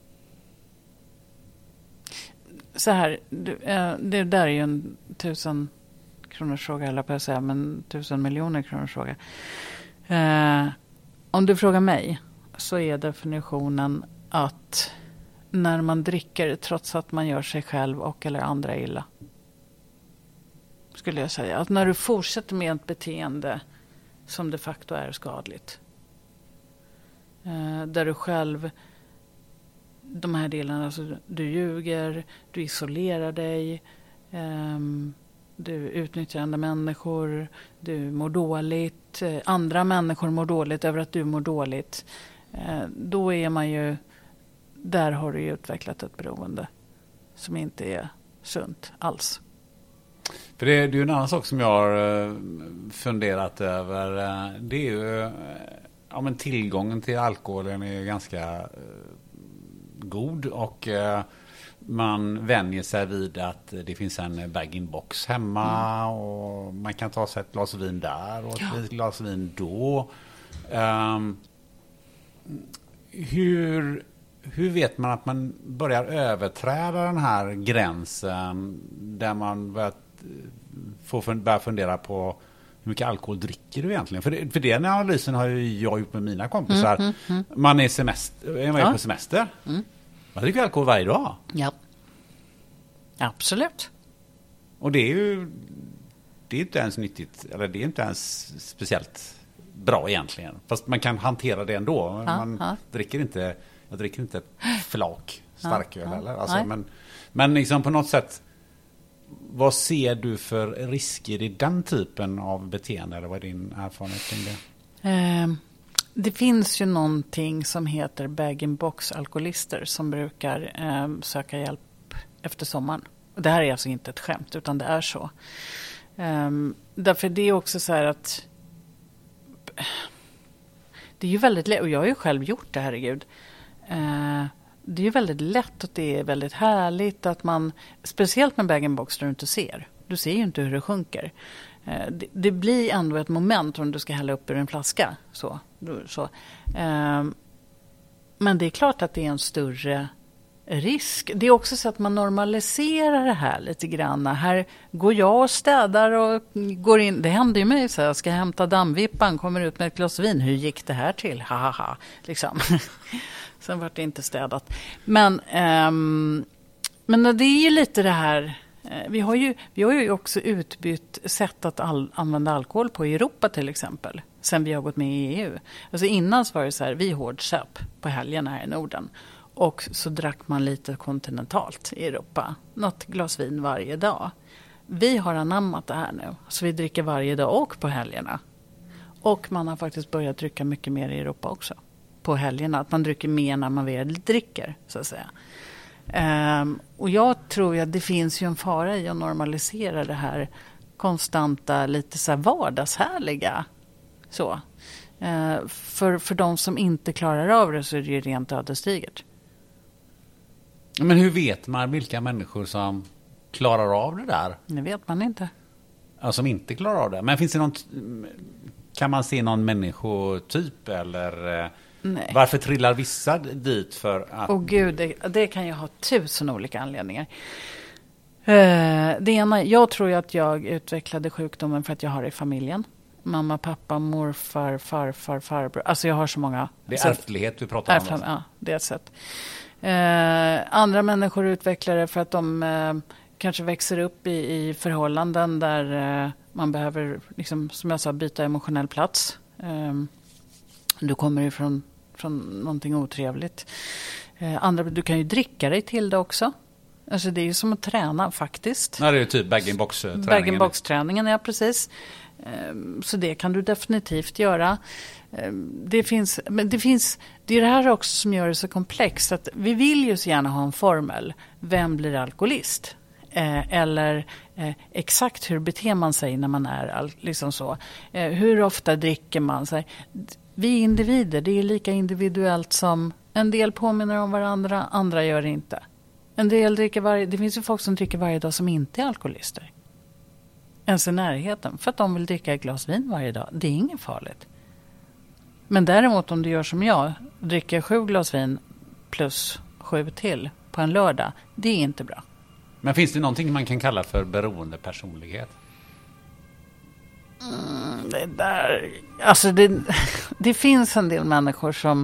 Så här, det där är ju en tusen kronors fråga, eller på att säga, men tusen miljoner kronors fråga. Eh, om du frågar mig så är definitionen att när man dricker trots att man gör sig själv och eller andra illa. Skulle jag säga. Att när du fortsätter med ett beteende som de facto är skadligt. Eh, där du själv, de här delarna, alltså du ljuger, du isolerar dig, eh, du utnyttjar andra människor, du mår dåligt, eh, andra människor mår dåligt över att du mår dåligt. Eh, då är man ju, där har du ju utvecklat ett beroende som inte är sunt alls. För det är ju en annan sak som jag har funderat över. Det är ju ja, men tillgången till alkoholen är ganska god och man vänjer sig vid att det finns en bag-in-box hemma mm. och man kan ta sig ett glas vin där och ett ja. glas vin då. Um, hur... Hur vet man att man börjar överträda den här gränsen där man börjar, får börja fundera på hur mycket alkohol dricker du egentligen? För, det, för den analysen har ju jag gjort med mina kompisar. Mm, mm, mm. Man är, semester, är man ja. på semester. Mm. Man dricker alkohol varje dag. Ja, absolut. Och det är ju det är inte ens nyttigt, eller det är inte ens speciellt bra egentligen. Fast man kan hantera det ändå. Ja, man ja. dricker inte... Jag dricker inte flak starköl ja, eller. Alltså, men, men liksom på något sätt, vad ser du för risker i den typen av beteende? Eller vad är din erfarenhet kring det? Eh, det finns ju någonting som heter bag-in-box-alkoholister som brukar eh, söka hjälp efter sommaren. Och det här är alltså inte ett skämt, utan det är så. Eh, därför det är också så här att det är ju väldigt lätt, och jag har ju själv gjort det, herregud. Uh, det är ju väldigt lätt och det är väldigt härligt att man, speciellt med bag-in-box där du inte ser. Du ser ju inte hur det sjunker. Uh, det, det blir ändå ett moment om du ska hälla upp ur en flaska. Så, så. Uh, men det är klart att det är en större risk. Det är också så att man normaliserar det här lite grann. Här går jag och städar och går in. Det händer ju mig så här, jag ska hämta dammvippan, kommer ut med ett glas vin. Hur gick det här till? Haha, liksom. Sen var det inte städat. Men, um, men det är ju lite det här. Vi har ju, vi har ju också utbytt sätt att all, använda alkohol på i Europa till exempel. Sen vi har gått med i E U. Alltså innan så var det så här, vi hårdsöp på helgerna här i Norden. Och så drack man lite kontinentalt i Europa. Något glas vin varje dag. Vi har anammat det här nu. Så vi dricker varje dag och på helgerna. Och man har faktiskt börjat dricka mycket mer i Europa också. På helgerna. Att man dricker mer när man väl dricker, så att säga. Um, och jag tror ju att det finns ju en fara i att normalisera det här konstanta, lite så här vardagshärliga. Så. Uh, för, för de som inte klarar av det så är det ju rent ödesdigert. Men hur vet man vilka människor som klarar av det där? Det vet man inte. Ja, som inte klarar av det. Men finns det någon, kan man se någon människotyp eller Nej. Varför trillar vissa dit för att... Åh gud, det, det kan ju ha tusen olika anledningar. Uh, det ena, jag tror ju att jag utvecklade sjukdomen för att jag har det i familjen. Mamma, pappa, morfar, farfar, farbror. Alltså jag har så många. Det är ärftlighet du pratar om. Ärftlighet, ja, det är ett sätt. Uh, andra människor utvecklar det för att de uh, kanske växer upp i, i förhållanden där uh, man behöver, liksom, som jag sa, byta emotionell plats. Uh, du kommer ifrån från någonting otrevligt. Uh, andra, du kan ju dricka dig till det också. Alltså det är ju som att träna faktiskt. Ja, det är typ bag-in-box-träningen. Bag-in-box-träningen, ja precis. Så det kan du definitivt göra. Det finns, men det finns, det är det här också som gör det så komplext. Att vi vill ju så gärna ha en formel. Vem blir alkoholist? Eller exakt hur beter man sig när man är liksom så. Hur ofta dricker man sig? Vi är individer, det är lika individuellt som en del påminner om varandra, andra gör det inte. En del dricker varje, det finns ju folk som dricker varje dag som inte är alkoholister. Ens i närheten. För att de vill dricka ett glas vin varje dag. Det är inget farligt. Men däremot om du gör som jag. Dricker sju glas vin plus sju till på en lördag. Det är inte bra. Men finns det någonting man kan kalla för beroende personlighet? Mm, det där... Alltså det, det finns en del människor som...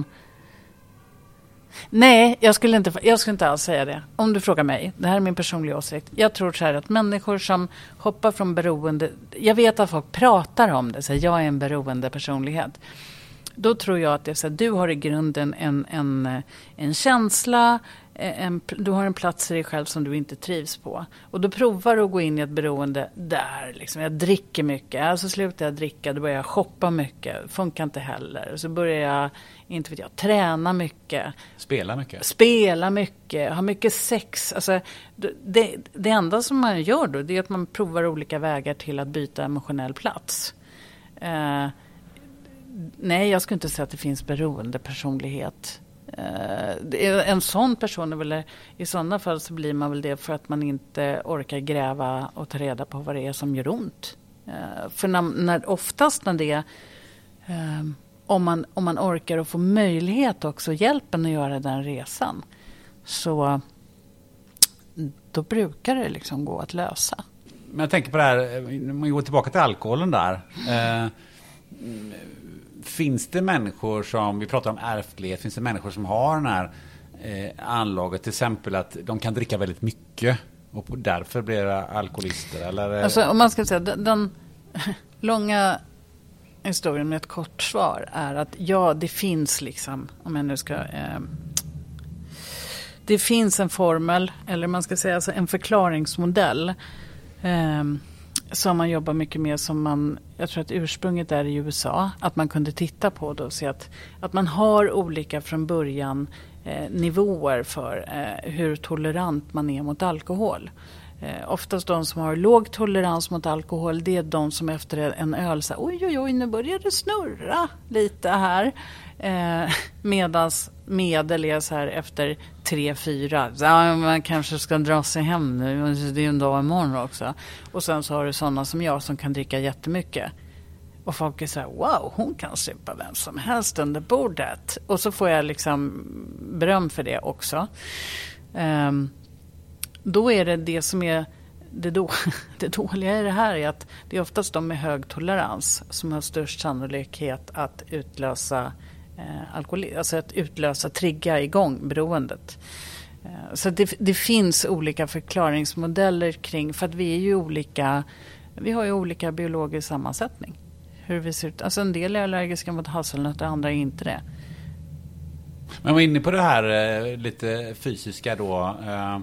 Nej, jag skulle, inte, jag skulle inte alls säga det. Om du frågar mig, det här är min personliga åsikt. Jag tror så här att människor som hoppar från beroende... Jag vet att folk pratar om det, så här, jag är en beroende personlighet. Då tror jag att det är så här, du har i grunden en, en, en känsla, en, du har en plats i dig själv som du inte trivs på. Och då provar du att gå in i ett beroende där. Liksom, jag dricker mycket, alltså slutar jag dricka, då börjar jag shoppa mycket. Funkar inte heller. Så börjar jag, inte vet jag, träna mycket. Spela mycket. Spela mycket, ha mycket sex. Alltså, det, det enda som man gör då, det är att man provar olika vägar till att byta emotionell plats. Eh, nej, jag skulle inte säga att det finns beroende personlighet. Uh, en sån person är väl, i sådana fall så blir man väl det för att man inte orkar gräva och ta reda på vad det är som gör ont. Uh, för när, när, oftast när det uh, om, man, om man orkar och får möjlighet också, hjälpen att göra den resan, så då brukar det liksom gå att lösa. Men jag tänker på det här, om man går tillbaka till alkoholen där. Uh, Finns det människor som, vi pratar om ärftlighet, finns det människor som har den här eh, anlaget, till exempel att de kan dricka väldigt mycket och därför blir alkoholister? Eller? Alltså, om man ska säga, den, den långa historien med ett kort svar är att ja, det finns liksom, om jag nu ska... Eh, det finns en formel, eller man ska säga alltså en förklaringsmodell eh, som man jobbar mycket med, som man, jag tror att ursprunget är i U S A, att man kunde titta på då och se att, att man har olika från början eh, nivåer för eh, hur tolerant man är mot alkohol. Eh, oftast de som har låg tolerans mot alkohol, det är de som efter en öl säger oj oj oj, nu börjar det snurra lite här. Eh, medans medel är så här efter tre, fyra. Ja, man kanske ska dra sig hem nu. Det är ju en dag imorgon också. Och sen så har du sådana som jag som kan dricka jättemycket. Och folk är så här, wow, hon kan supa vem som helst under bordet. Och så får jag liksom beröm för det också. Um, då är det det som är det, då, det dåliga i det här är att det är oftast de med hög tolerans som har störst sannolikhet att utlösa eh, alkohol, alltså att utlösa, trigga igång beroendet. Eh, så det, det finns olika förklaringsmodeller kring, för att vi är ju olika, vi har ju olika biologisk sammansättning. Hur vi ser ut. Alltså en del är allergiska mot hasselnötter, andra är inte det. Men var inne på det här eh, lite fysiska då. Eh,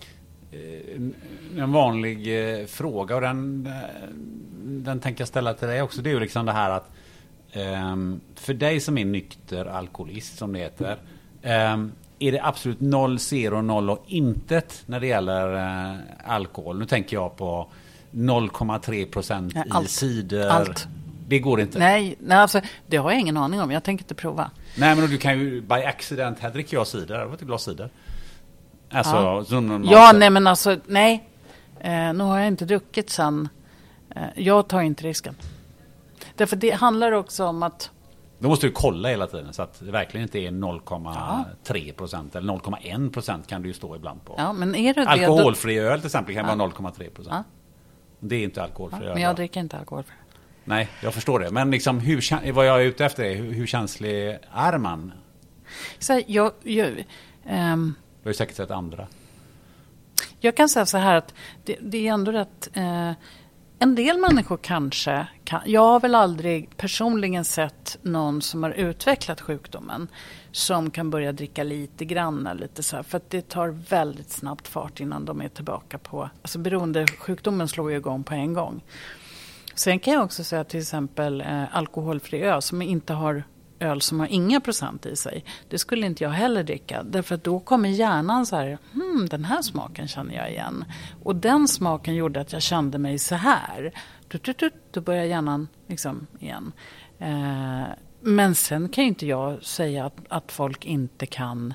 en vanlig eh, fråga, och den, eh, den tänker jag ställa till dig också. Det är ju liksom det här att eh, för dig som är nykter alkoholist, som det heter, eh, är det absolut noll, zero, noll och intet när det gäller eh, alkohol. Nu tänker jag på noll komma tre procent i allt, cider. Allt. Det går inte. Nej, nej alltså, det har jag ingen aning om. Jag tänker inte prova. Nej, men du kan ju by accident, här dricker jag cider. Det var ett glas cider. Alltså, ja, som ja nej men alltså, nej. Eh, nu har jag inte druckit sen. Eh, jag tar inte risken. Därför det handlar också om att... Då måste du kolla hela tiden så att det verkligen inte är noll komma tre procent eller noll komma en procent kan det ju stå ibland på. Ja, men är det alkoholfri det, öl till exempel kan ja. vara noll komma tre procent. Ja. Det är inte alkoholfri ja, öl. Men jag dricker inte alkoholfri. Nej, jag förstår det. Men liksom, hur, vad jag är ute efter är, hur, hur känslig är man? Så här, jag... jag um, du har ju säkert sett andra. Jag kan säga så här att det, det är ändå rätt... Eh, en del människor kanske... Kan, jag har väl aldrig personligen sett någon som har utvecklat sjukdomen som kan börja dricka lite grann lite så här, för att det tar väldigt snabbt fart innan de är tillbaka på... Alltså beroendesjukdomen slår ju igång på en gång. Sen kan jag också säga till exempel eh, alkoholfri öl som inte har öl som har inga procent i sig. Det skulle inte jag heller dricka. Därför att då kommer hjärnan så här, hmm, den här smaken känner jag igen. Och den smaken gjorde att jag kände mig så här. Tut, tut, tut, då börjar hjärnan liksom igen. Eh, men sen kan ju inte jag säga att, att folk inte kan...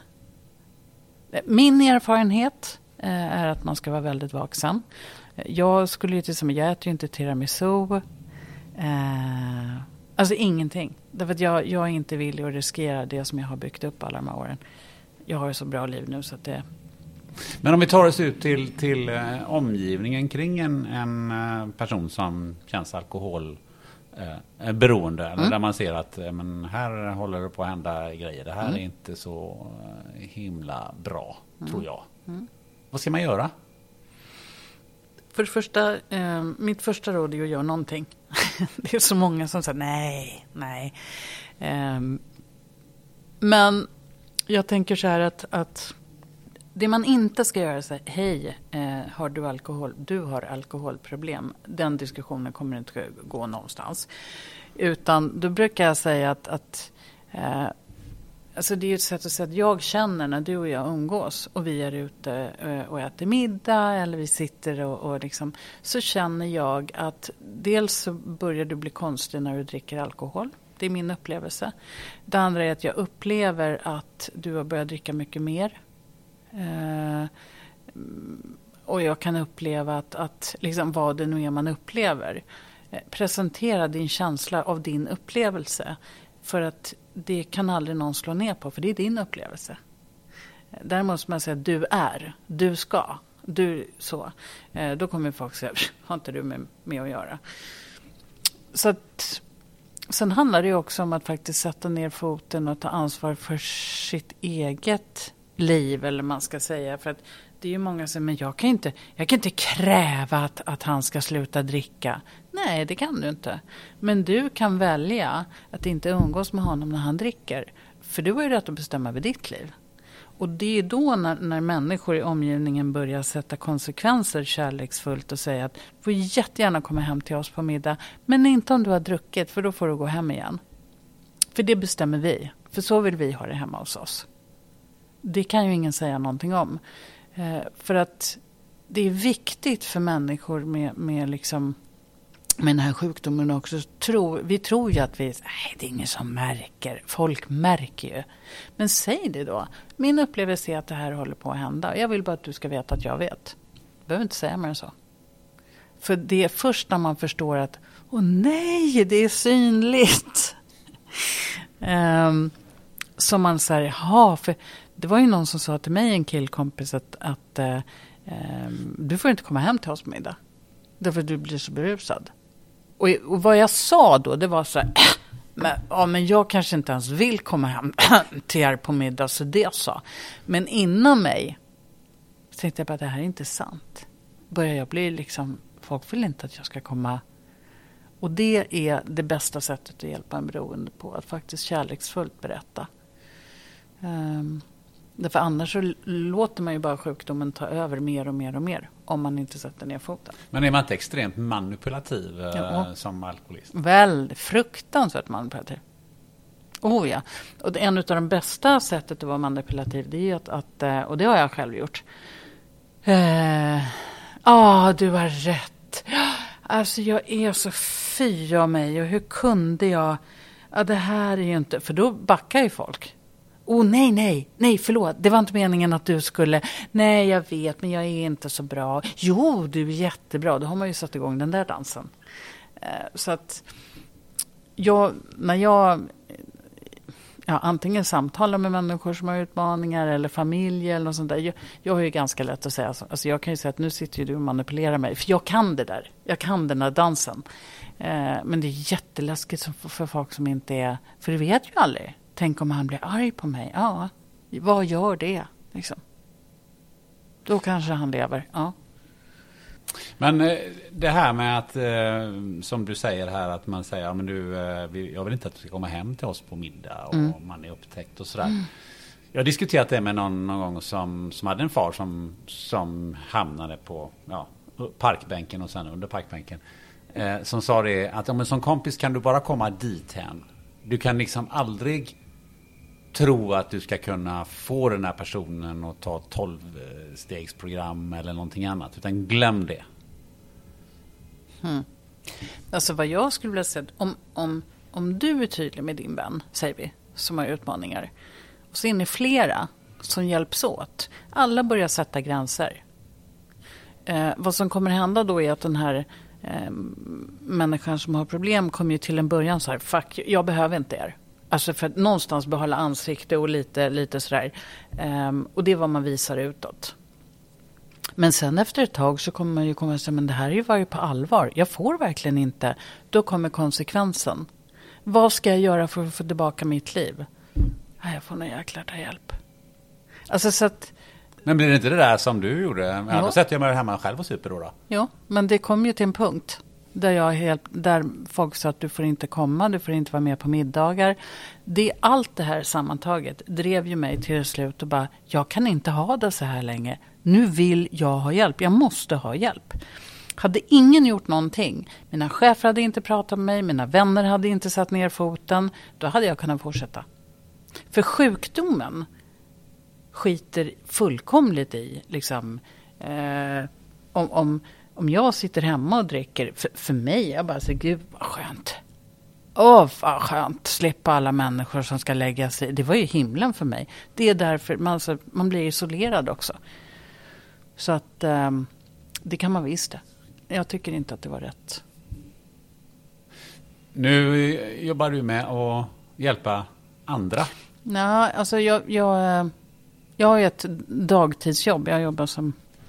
Min erfarenhet eh, är att man ska vara väldigt vaksam. Jag skulle ju till exempel, jag äter ju inte tiramisu. Eh, alltså ingenting. Därför att jag, jag är inte villig att riskera det som jag har byggt upp alla de här åren. Jag har ju så bra liv nu så att det... Men om vi tar oss ut till, till eh, omgivningen kring en, en eh, person som känns alkohol eh, beroende. Mm. Där man ser att eh, men här håller det på att hända grejer. Det här mm. är inte så eh, himla bra, mm. tror jag. Mm. Vad ska man göra? För det första, eh, mitt första råd är att göra någonting. Det är så många som säger nej, nej. Eh, men jag tänker så här att, att det man inte ska göra är att säga, hej, eh, har du alkohol? Du har alkoholproblem. Den diskussionen kommer inte gå någonstans. Utan då brukar jag säga att, att eh, alltså det är ett sätt att säga att jag känner när du och jag umgås och vi är ute och äter middag eller vi sitter och, och liksom, så känner jag att dels så börjar du bli konstig när du dricker alkohol. Det är min upplevelse. Det andra är att jag upplever att du har börjat dricka mycket mer. Eh, och jag kan uppleva att, att liksom vad det nu är man upplever. Eh, presentera din känsla av din upplevelse. För att det kan aldrig någon slå ner på, för det är din upplevelse. Däremot måste man säga att du är, du ska, du så. Eh, då kommer folk säga, har inte du med, med att göra. Så att, sen handlar det också om att faktiskt sätta ner foten och ta ansvar för sitt eget liv, eller man ska säga. För att det är ju många som säger, men jag kan inte, jag kan inte kräva att, att han ska sluta dricka. Nej, det kan du inte. Men du kan välja att inte umgås med honom när han dricker. För du har ju rätt att bestämma över ditt liv. Och det är då när, när människor i omgivningen börjar sätta konsekvenser kärleksfullt och säga att du får jättegärna komma hem till oss på middag. Men inte om du har druckit, för då får du gå hem igen. För det bestämmer vi. För så vill vi ha det hemma hos oss. Det kan ju ingen säga någonting om. Eh, för att det är viktigt för människor med, med, liksom, med den här sjukdomen också. Tro, vi tror ju att vi, nej, det är ingen som märker. Folk märker ju. Men säg det då. Min upplevelse är att det här håller på att hända. Jag vill bara att du ska veta att jag vet. Du behöver inte säga mer än så. För det är först när man förstår att, åh nej, det är synligt. um, som man säger, ja, för det var ju någon som sa till mig, en killkompis, att, att eh, eh, du får inte komma hem till oss på middag. Därför att du blir så berusad. Och, och vad jag sa då, det var så här, äh, men, ja, men jag kanske inte ens vill komma hem till er på middag, så det sa. Men inom mig tänkte jag bara, det här är inte sant. Börjar jag bli liksom, folk vill inte att jag ska komma. Och det är det bästa sättet att hjälpa en beroende på, att faktiskt kärleksfullt berätta. Um, därför annars så låter man ju bara sjukdomen ta över mer och mer och mer om man inte sätter ner foten. Men är man inte extremt manipulativ eh, ja. som alkoholist? Väl, fruktansvärt manipulativ. Oh ja. Och det, en av de bästa sättet att vara manipulativ, det är att, att och det har jag själv gjort. Ja, eh, ah, du har rätt. Alltså jag är så fy av mig, och hur kunde jag? Ja, det här är ju inte, för då backar ju folk. Oh nej, nej, nej, förlåt. Det var inte meningen att du skulle, nej jag vet, men jag är inte så bra. Jo, du är jättebra. Då har man ju satt igång den där dansen. Eh, så att jag, när jag ja, antingen samtalar med människor som har utmaningar eller familj eller något sånt där. Jag, jag har ju ganska lätt att säga, alltså jag kan ju säga att nu sitter ju du och manipulerar mig. För jag kan det där. Jag kan den där dansen. Eh, men det är jätteläskigt för, för folk som inte är, för det vet ju aldrig. Tänk om han blir arg på mig. Ja, vad gör det? Liksom. Då kanske han lever. Ja. Men det här med att, som du säger här, att man säger, ja, men du, jag vill inte att du ska komma hem till oss på middag och mm. man är upptäckt och sådär. Mm. Jag har diskuterat det med någon, någon gång som, som hade en far som, som hamnade på ja, parkbänken och sen under parkbänken. Eh, som sa det att om en sån kompis kan du bara komma dit hen. Du kan liksom aldrig tro att du ska kunna få den här personen att ta tolv-stegsprogram eller någonting annat. Utan glöm det. Hmm. Alltså vad jag skulle vilja säga, om, om, om du är tydlig med din vän, säger vi, som har utmaningar, och så är ni flera som hjälps åt. Alla börjar sätta gränser. Eh, vad som kommer hända då är att den här eh, människan som har problem kommer ju till en början så här, fuck, jag behöver inte er. Alltså för att någonstans behålla ansikte och lite, lite sådär. Um, och det är vad man visar utåt. Men sen efter ett tag så kommer man ju komma och säga, men det här är ju varit på allvar. Jag får verkligen inte. Då kommer konsekvensen. Vad ska jag göra för att få tillbaka mitt liv? Nej, jag får nog jäklar ta hjälp. Alltså så att... Men blir det inte det där som du gjorde? Ja, ja. Då sätter jag mig hemma själv och super då då. Ja, men det kom ju till en punkt. Där, jag helt, där folk sa att du får inte komma, du får inte vara med på middagar. Det, allt det här sammantaget drev ju mig till slut och bara, jag kan inte ha det så här länge. Nu vill jag ha hjälp, jag måste ha hjälp. Hade ingen gjort någonting, mina chefer hade inte pratat med mig, mina vänner hade inte satt ner foten, då hade jag kunnat fortsätta. För sjukdomen skiter fullkomligt i, liksom, eh, om... om Om jag sitter hemma och dricker, för, för mig, jag bara säger, gud vad skönt. Åh, vad skönt. Slippa alla människor som ska lägga sig. Det var ju himlen för mig. Det är därför man, alltså, man blir isolerad också. Så att um, det kan man visst det. Jag tycker inte att det var rätt. Nu jobbar du med att hjälpa andra. Ja, alltså jag, jag, jag har ju ett dagtidsjobb. Jag jobbar som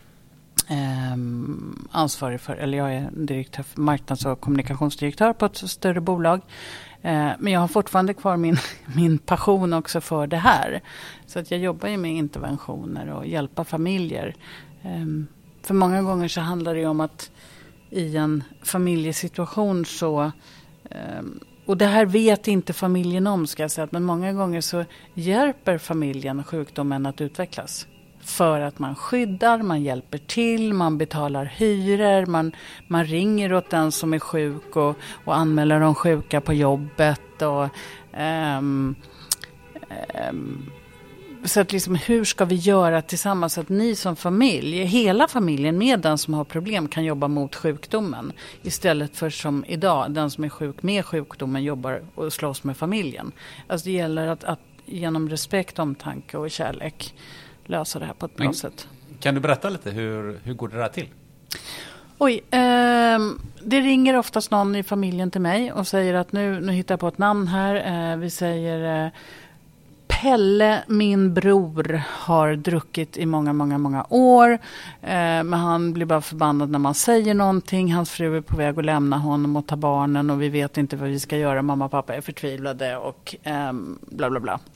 Um, ansvarig för, eller jag är direktör för marknads- och kommunikationsdirektör på ett större bolag. Uh, men jag har fortfarande kvar min, min passion också för det här. Så att jag jobbar ju med interventioner och hjälpa familjer. Um, för många gånger så handlar det om att i en familjesituation så um, och det här vet inte familjen om, ska jag säga, men många gånger så hjälper familjen sjukdomen att utvecklas. För att man skyddar, man hjälper till, man betalar hyror, man, man ringer åt den som är sjuk och, och anmäler de sjuka på jobbet. Och, um, um, så att liksom, hur ska vi göra tillsammans så att ni som familj, hela familjen med den som har problem, kan jobba mot sjukdomen. Istället för som idag, den som är sjuk med sjukdomen jobbar och slåss med familjen. Alltså det gäller att, att genom respekt, omtanke och kärlek lösa det här på ett bra Men, sätt. Kan du berätta lite, hur, hur går det där till? Oj, eh, det ringer oftast någon i familjen till mig och säger att nu, nu hittar jag på ett namn här. Eh, vi säger eh, Pelle, min bror, har druckit i många, många, många år. Eh, men han blir bara förbannad när man säger någonting. Hans fru är på väg att lämna honom och ta barnen. Och vi vet inte vad vi ska göra. Mamma och pappa är förtvivlade och eh, bla bla bla.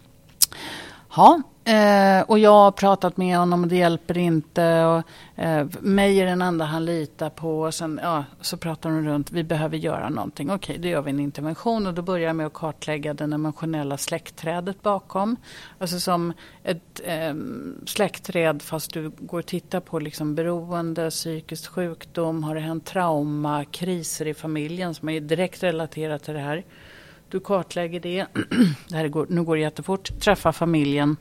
Ja, eh, och jag har pratat med honom och det hjälper inte. Och, eh, mig är den enda han litar på. Och sen ja, så pratar de runt, vi behöver göra någonting. Okej, då gör vi en intervention och då börjar jag med att kartlägga den emotionella släktträdet bakom. Alltså som ett eh, släktträd fast du går och tittar på liksom beroende, psykisk sjukdom, har det hänt trauma, kriser i familjen som är direkt relaterat till det här. Du kartlägger det. Det här går, nu går det jättefort. Träffa familjen.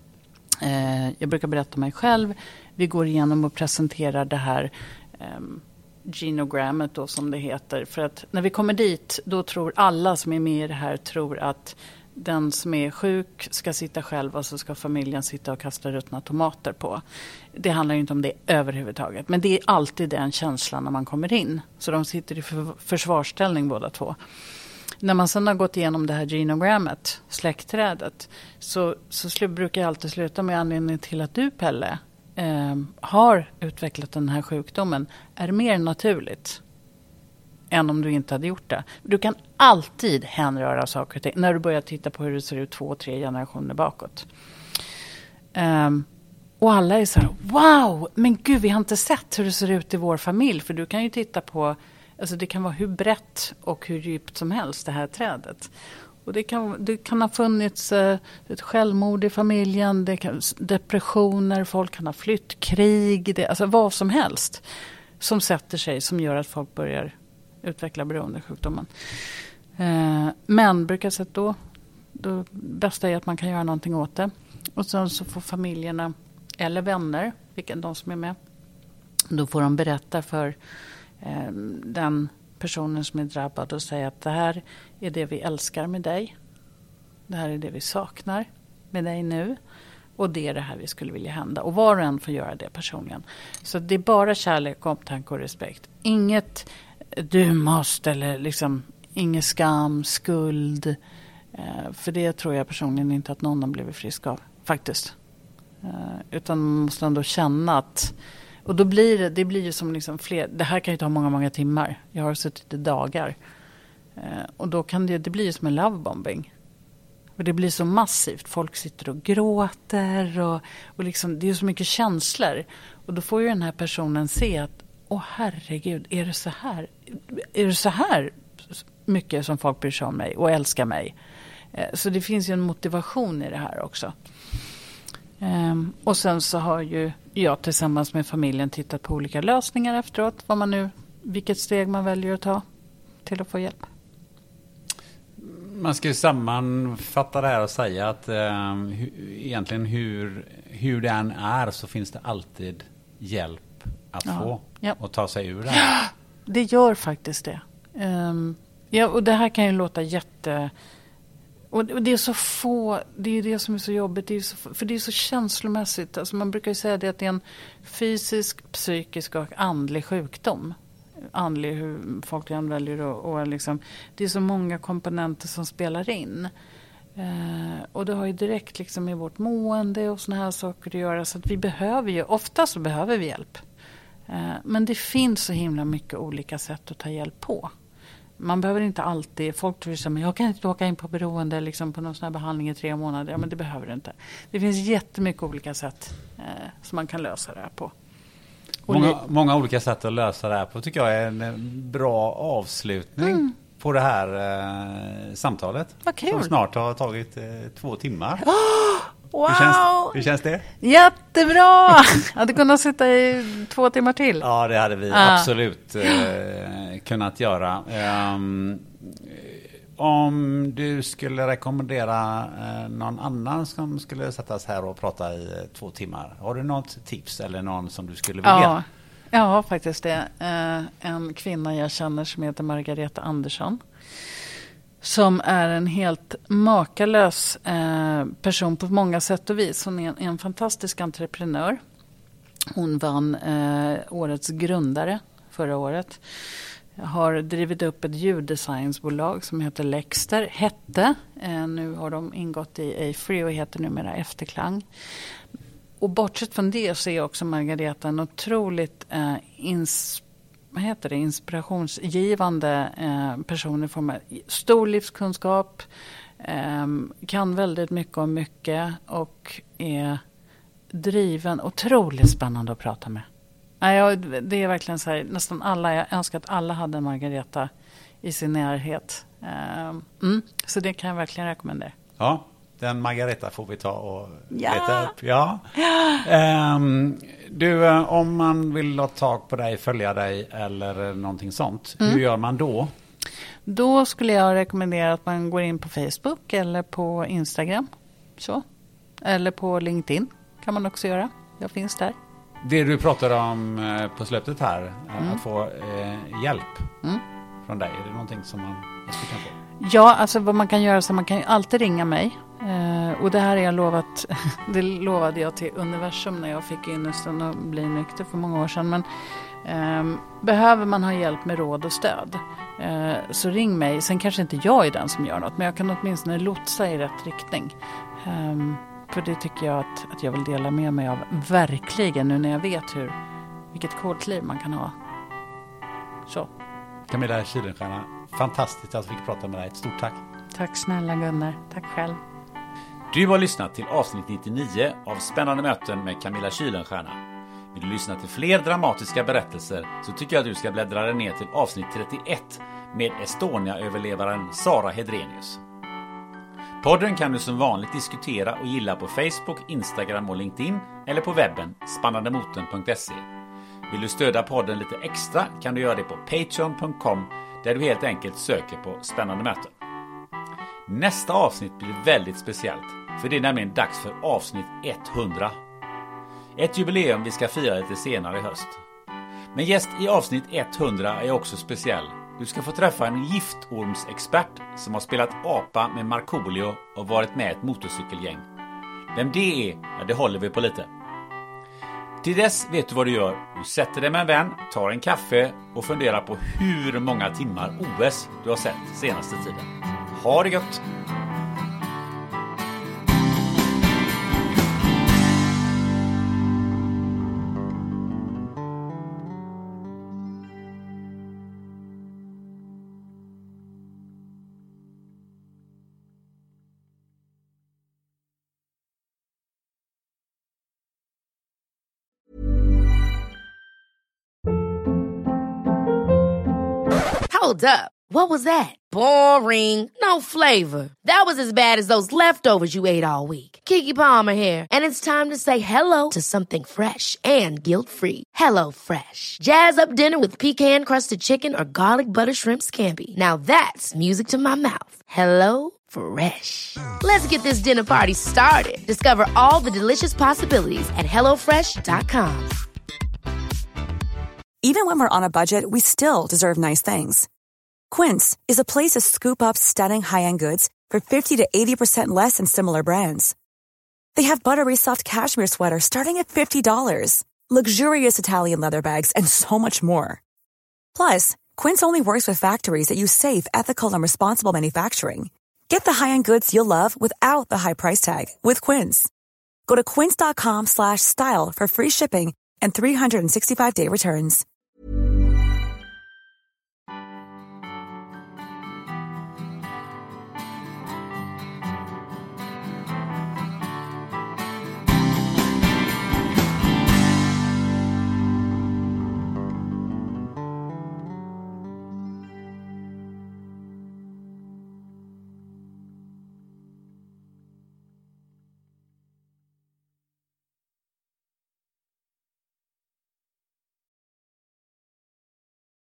Eh, jag brukar berätta mig själv. Vi går igenom och presenterar det här eh, genogrammet då, som det heter. För att när vi kommer dit, då tror alla som är med i det här tror att den som är sjuk ska sitta själv och så ska familjen sitta och kasta ruttna tomater på. Det handlar ju inte om det överhuvudtaget. Men det är alltid den känslan när man kommer in. Så de sitter i för, försvarsställning båda två. När man sedan har gått igenom det här genogrammet, släktträdet, så, så slu, brukar jag alltid sluta med anledningen till att du, Pelle, eh, har utvecklat den här sjukdomen är mer naturligt än om du inte hade gjort det. Du kan alltid hänröra saker och ting när du börjar titta på hur det ser ut två, tre generationer bakåt. Eh, och alla är så här, wow, men gud, vi har inte sett hur det ser ut i vår familj. För du kan ju titta på, alltså det kan vara hur brett och hur djupt som helst det här trädet. Och det kan, det kan ha funnits eh, ett självmord i familjen, det kan, depressioner, folk kan ha flytt, krig, det, alltså vad som helst som sätter sig, som gör att folk börjar utveckla beroendesjukdomen. Eh, men brukar säga då, då bästa är att man kan göra någonting åt det. Och sen så får familjerna eller vänner, vilken de som är med, då får de berätta för eh, den personen som är drabbad och säga att det här är det vi älskar med dig. Det här är det vi saknar med dig nu. Och det är det här vi skulle vilja hända. Och var och en får göra det personligen. Så det är bara kärlek, omtanke och respekt. Inget du måste eller liksom ingen skam, skuld. Eh, för det tror jag personligen inte att någon har blivit frisk av. Faktiskt. Eh, utan man måste ändå känna att... Och då blir det, det blir ju som liksom fler... Det här kan ju ta många, många timmar. Jag har suttit i dagar. Eh, och då kan det, det blir ju som en lovebombing. Och det blir så massivt. Folk sitter och gråter. Och, och liksom, det är så mycket känslor. Och då får ju den här personen se att åh herregud, är det så här? Är det så här mycket som folk bryr sig om mig och älskar mig? Eh, så det finns ju en motivation i det här också. Um, och sen så har ju jag tillsammans med familjen tittat på olika lösningar efteråt. Vad man nu, vilket steg man väljer att ta till att få hjälp. Man ska ju sammanfatta det här och säga att eh, hu, egentligen hur, hur det än är så finns det alltid hjälp att ja. få ja. och ta sig ur det här. Det gör faktiskt det. Um, ja, och det här kan ju låta jätte... Och det är så få, det är det som är så jobbigt, det är så, för det är så känslomässigt. Alltså man brukar ju säga det att det är en fysisk, psykisk och andlig sjukdom. Andlig, hur folk väljer och, och liksom, det är så många komponenter som spelar in. Eh, och det har ju direkt liksom med vårt mående och såna här saker att göra. Så att vi behöver ju, ofta så behöver vi hjälp. Eh, men det finns så himla mycket olika sätt att ta hjälp på. Man behöver inte alltid, folk tror att jag kan inte åka in på beroende liksom på någon sån här behandling i tre månader. Ja, men det behöver du inte. Det finns jättemycket olika sätt eh, som man kan lösa det här på. Många, många olika sätt att lösa det här på tycker jag är en bra avslutning mm. på det här eh, samtalet. Vad kul. Som snart har tagit eh, två timmar. Oh, wow! Hur känns, hur känns det? Jättebra! Jag hade kunnat sitta i två timmar till. Ja, det hade vi ah. absolut eh, kunnat göra. Um, om du skulle rekommendera eh, någon annan som skulle sättas här och prata i eh, två timmar. Har du något tips eller någon som du skulle vilja? Ja, ja faktiskt det. Eh, en kvinna jag känner som heter Margareta Andersson. Som är en helt makalös eh, person på många sätt och vis. Hon är en, en fantastisk entreprenör. Hon vann eh, årets grundare förra året. har drivit upp ett ljuddesignsbolag som heter Lexter. Hette, eh, nu har de ingått i A-Free och heter numera Efterklang. Och bortsett från det så är också Margareta en otroligt eh, ins- vad heter det? inspirationsgivande eh, person i form av stor livskunskap, eh, kan väldigt mycket om mycket och är driven, otroligt spännande att prata med. Ja, det är verkligen så här, nästan alla, jag önskar att alla hade Margareta i sin närhet. Mm, så det kan jag verkligen rekommendera. Ja, den Margareta får vi ta och ja. leta upp. Ja. Um, du, om man vill ha tag på dig, följa dig eller någonting sånt, mm. hur gör man då? Då skulle jag rekommendera att man går in på Facebook eller på Instagram. Så. Eller på LinkedIn kan man också göra. Jag finns där. Det du pratade om på slutet här, mm. att få eh, hjälp mm. från dig, är det någonting som man kan få? Ja, alltså vad man kan göra så man kan ju alltid ringa mig. Eh, och det här är jag lovat, det lovade jag till universum när jag fick ynnesten att bli nykter för många år sedan. Men eh, behöver man ha hjälp med råd och stöd eh, så ring mig. Sen kanske inte jag är den som gör något, men jag kan åtminstone lotsa i rätt riktning. Eh, För det tycker jag att, att jag vill dela med mig av verkligen nu när jag vet hur, vilket coolt liv man kan ha. Så. Camilla Kuylenstierna, fantastiskt att vi fick prata med dig. Ett stort tack. Tack snälla Gunnar. Tack själv. Du har lyssnat till avsnitt nittionio av Spännande möten med Camilla Kuylenstierna. Vill du lyssna till fler dramatiska berättelser så tycker jag att du ska bläddra dig ner till avsnitt trettioett med Estonia-överlevaren Sara Hedrenius. Podden kan du som vanligt diskutera och gilla på Facebook, Instagram och LinkedIn eller på webben spannandemoten punkt se. Vill du stödja podden lite extra kan du göra det på patreon punkt com där du helt enkelt söker på Spännande möten. Nästa avsnitt blir väldigt speciellt för det är nämligen dags för avsnitt hundra. Ett jubileum vi ska fira lite senare i höst. Men gäst i avsnitt hundra är också speciell. Du ska få träffa en giftormsexpert som har spelat apa med Markoolio och varit med ett motorcykelgäng. Vem det är, ja, det håller vi på lite. Till dess vet du vad du gör. Du sätter dig med en vän, tar en kaffe och funderar på hur många timmar O S du har sett senaste tiden. Ha det gött! Hold up. What was that? Boring. No flavor. That was as bad as those leftovers you ate all week. Keke Palmer here, and it's time to say hello to something fresh and guilt-free. Hello Fresh. Jazz up dinner with pecan-crusted chicken or garlic butter shrimp scampi. Now that's music to my mouth. Hello Fresh. Let's get this dinner party started. Discover all the delicious possibilities at hello fresh dot com. Even when we're on a budget, we still deserve nice things. Quince is a place to scoop up stunning high-end goods for fifty to eighty percent less than similar brands. They have buttery soft cashmere sweaters starting at fifty dollars, luxurious Italian leather bags, and so much more. Plus, Quince only works with factories that use safe, ethical, and responsible manufacturing. Get the high-end goods you'll love without the high price tag with Quince. Go to quince dot com slash style for free shipping and three sixty-five day returns.